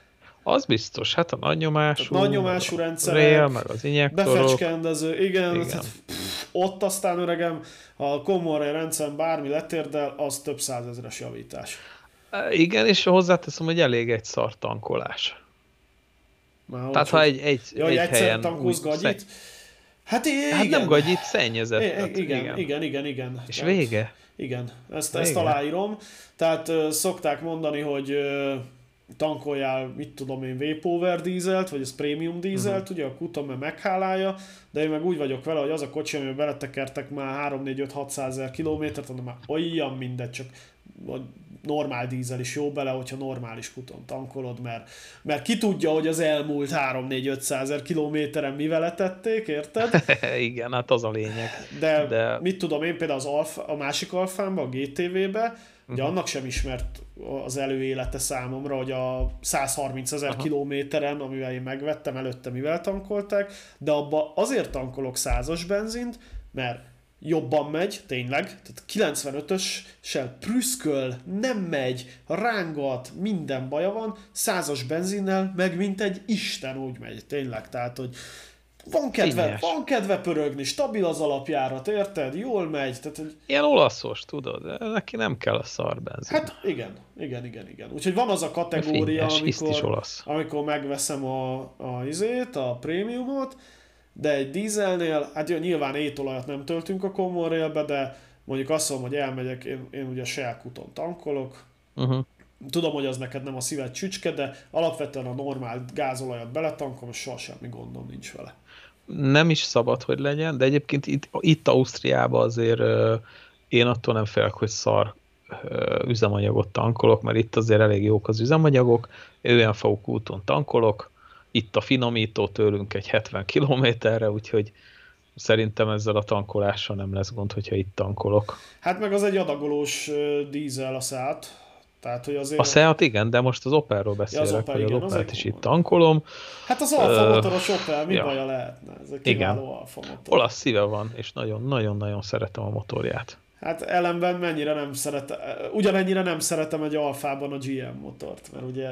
Az biztos, hát a nagy nyomású, nagy nyomású meg a rendszerek, rail, meg az injektorok. befecskendező, igen, Igen. Tehát, pff, ott aztán öregem, ha a Commodore rendszeren bármi letérdel, az több százezres javítás. Igen, és hozzáteszem, hogy elég egy szar tankolás. Már Tehát ha egy, egy, ja, egy egyszer helyen... tankolsz gagyit? Szenny... Hát, igen. hát nem gagyit, szennyezett. I- tehát, igen, igen, igen, igen, igen. És Tehát, vége? Igen, ezt, vége. ezt aláírom. Tehát uh, szokták mondani, hogy uh, tankoljál, mit tudom én, V-Power dízelt, vagy ez Premium dízelt, uh-huh. ugye a kutom meg meghálálja, de én meg úgy vagyok vele, hogy az a kocsi, amiben beletekertek már három négy öt hatszázezer kilométert, annál már olyan mindegy, csak a normál dízel is jó bele, hogyha normális kuton tankolod, mert, mert ki tudja, hogy az elmúlt három négy ötszázezer kilométeren mivel etették, érted? Igen, hát az a lényeg. De, De... mit tudom én, például az Alfa, a másik Alfámban, a gé té vé-be, ugye uh-huh. annak sem ismert az előélete számomra, hogy a százharmincezer uh-huh. kilométeren, amivel én megvettem, előtte mivel tankolták, de abba azért tankolok százas benzint, mert jobban megy, tényleg, tehát kilencvenötössel prüszköl, nem megy, rángat, minden baja van, százas benzinnel meg mint egy isten úgy megy, tényleg, tehát, hogy van kedve, van kedve pörögni, stabil az alapjárat, érted? Jól megy. Tehát, hogy... Ilyen olaszos, tudod, neki nem kell a szar benzin. Hát igen, igen, igen, igen. Úgyhogy van az a kategória, Fényes, amikor, amikor megveszem a, a izét, a prémiumot, de egy dízelnél, hát jó, nyilván étolajat nem töltünk a Commodore Railbe, de mondjuk azt mondom, hogy elmegyek, én, én ugye Shell kuton tankolok, uh-huh. Tudom, hogy az neked nem a szíved csücske, de alapvetően a normál gázolajat beletankolom, és soha semmi gondom nincs vele. Nem is szabad, hogy legyen, de egyébként itt, itt Ausztriában azért uh, én attól nem félek, hogy szar uh, üzemanyagot tankolok, mert itt azért elég jók az üzemanyagok, olyan fogok úton tankolok, itt a finomító tőlünk egy hetven kilométerre, úgyhogy szerintem ezzel a tankolással nem lesz gond, hogyha itt tankolok. Hát meg az egy adagolós uh, dízel a Seat. Tehát, hogy azért... A Seat igen, de most az Opelról beszélek, ja, az Opel, hogy igen, az Opelt is itt tankolom. Hát az Alfa uh, motoros Opel, mi ja. baja lehetne? Ez egy kiváló igen. Alfa motor. Olasz szíve van, és nagyon-nagyon-nagyon szeretem a motorját. Hát ellenben mennyire nem szeretem, ugyanennyire nem szeretem egy Alfában a gé em motort, mert ugye...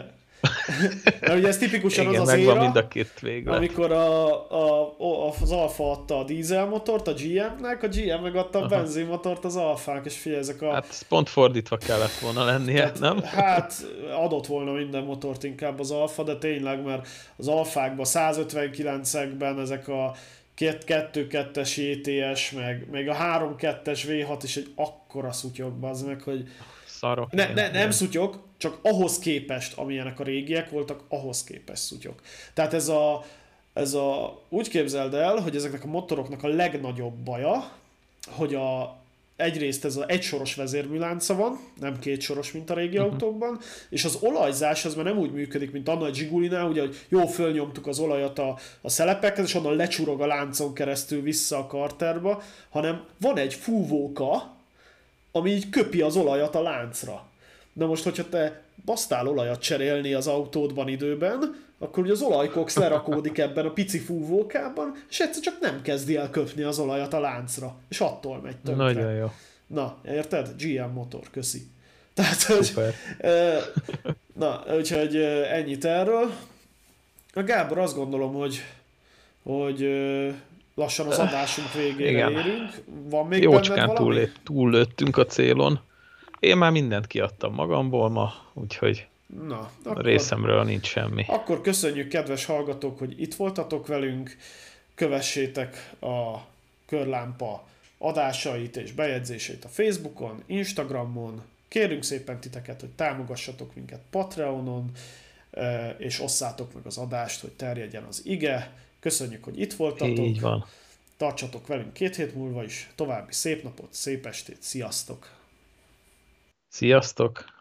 Mert ugye ez tipikusan igen, az az éra, mind a két véglet. Amikor a, a, az Alfa adta a dízelmotort a gé emnek, a gé em meg adta a benzinmotort az Alfának, és figyelj, ezek a... Hát pont fordítva kellett volna lennie, tehát, nem? Hát adott volna minden motort inkább az Alfa, de tényleg, mert az Alfákban százötvenkilencekben ezek a kettő kettes jé té es, meg, meg a három kettes vé hat is egy akkora szutyok, bazd meg, hogy szarok. Ne, ne, nem szutyok, csak ahhoz képest, amilyenek a régiek voltak, ahhoz képest szutyok. Tehát ez a, ez a, úgy képzeld el, hogy ezeknek a motoroknak a legnagyobb baja, hogy a, egyrészt ez az egysoros vezérműlánca van, nem kétsoros, mint a régi uh-huh. autókban, és az olajzás az már nem úgy működik, mint annál a Zsigulinál, ugye, hogy jó fölnyomtuk az olajat a, a szelepekhez, és onnan lecsurog a láncon keresztül vissza a karterba, hanem van egy fúvóka, ami így köpi az olajat a láncra. Na most, hogyha te basztál olajat cserélni az autódban időben, akkor ugye az olajkox lerakódik ebben a pici fúvókában, és egyszer csak nem kezdi el köpni az olajat a láncra. És attól megy tönkre. Nagyon jó. Na, érted? gé em motor, köszi. Tehát, hogy, na, úgyhogy ennyit erről. A Gábor, azt gondolom, hogy, hogy lassan az adásunk végére igen. érünk. Van még jócskán túl, túllőttünk a célon. Én már mindent kiadtam magamból ma, úgyhogy na, akkor, részemről nincs semmi. Akkor köszönjük, kedves hallgatók, hogy itt voltatok velünk. Kövessétek a Körlámpa adásait és bejegyzéseit a Facebookon, Instagramon. Kérünk szépen titeket, hogy támogassatok minket Patreonon, és osszátok meg az adást, hogy terjedjen az ige. Köszönjük, hogy itt voltatok. Így van. Tartsatok velünk két hét múlva is. További szép napot, szép estét. Sziasztok! Sziasztok!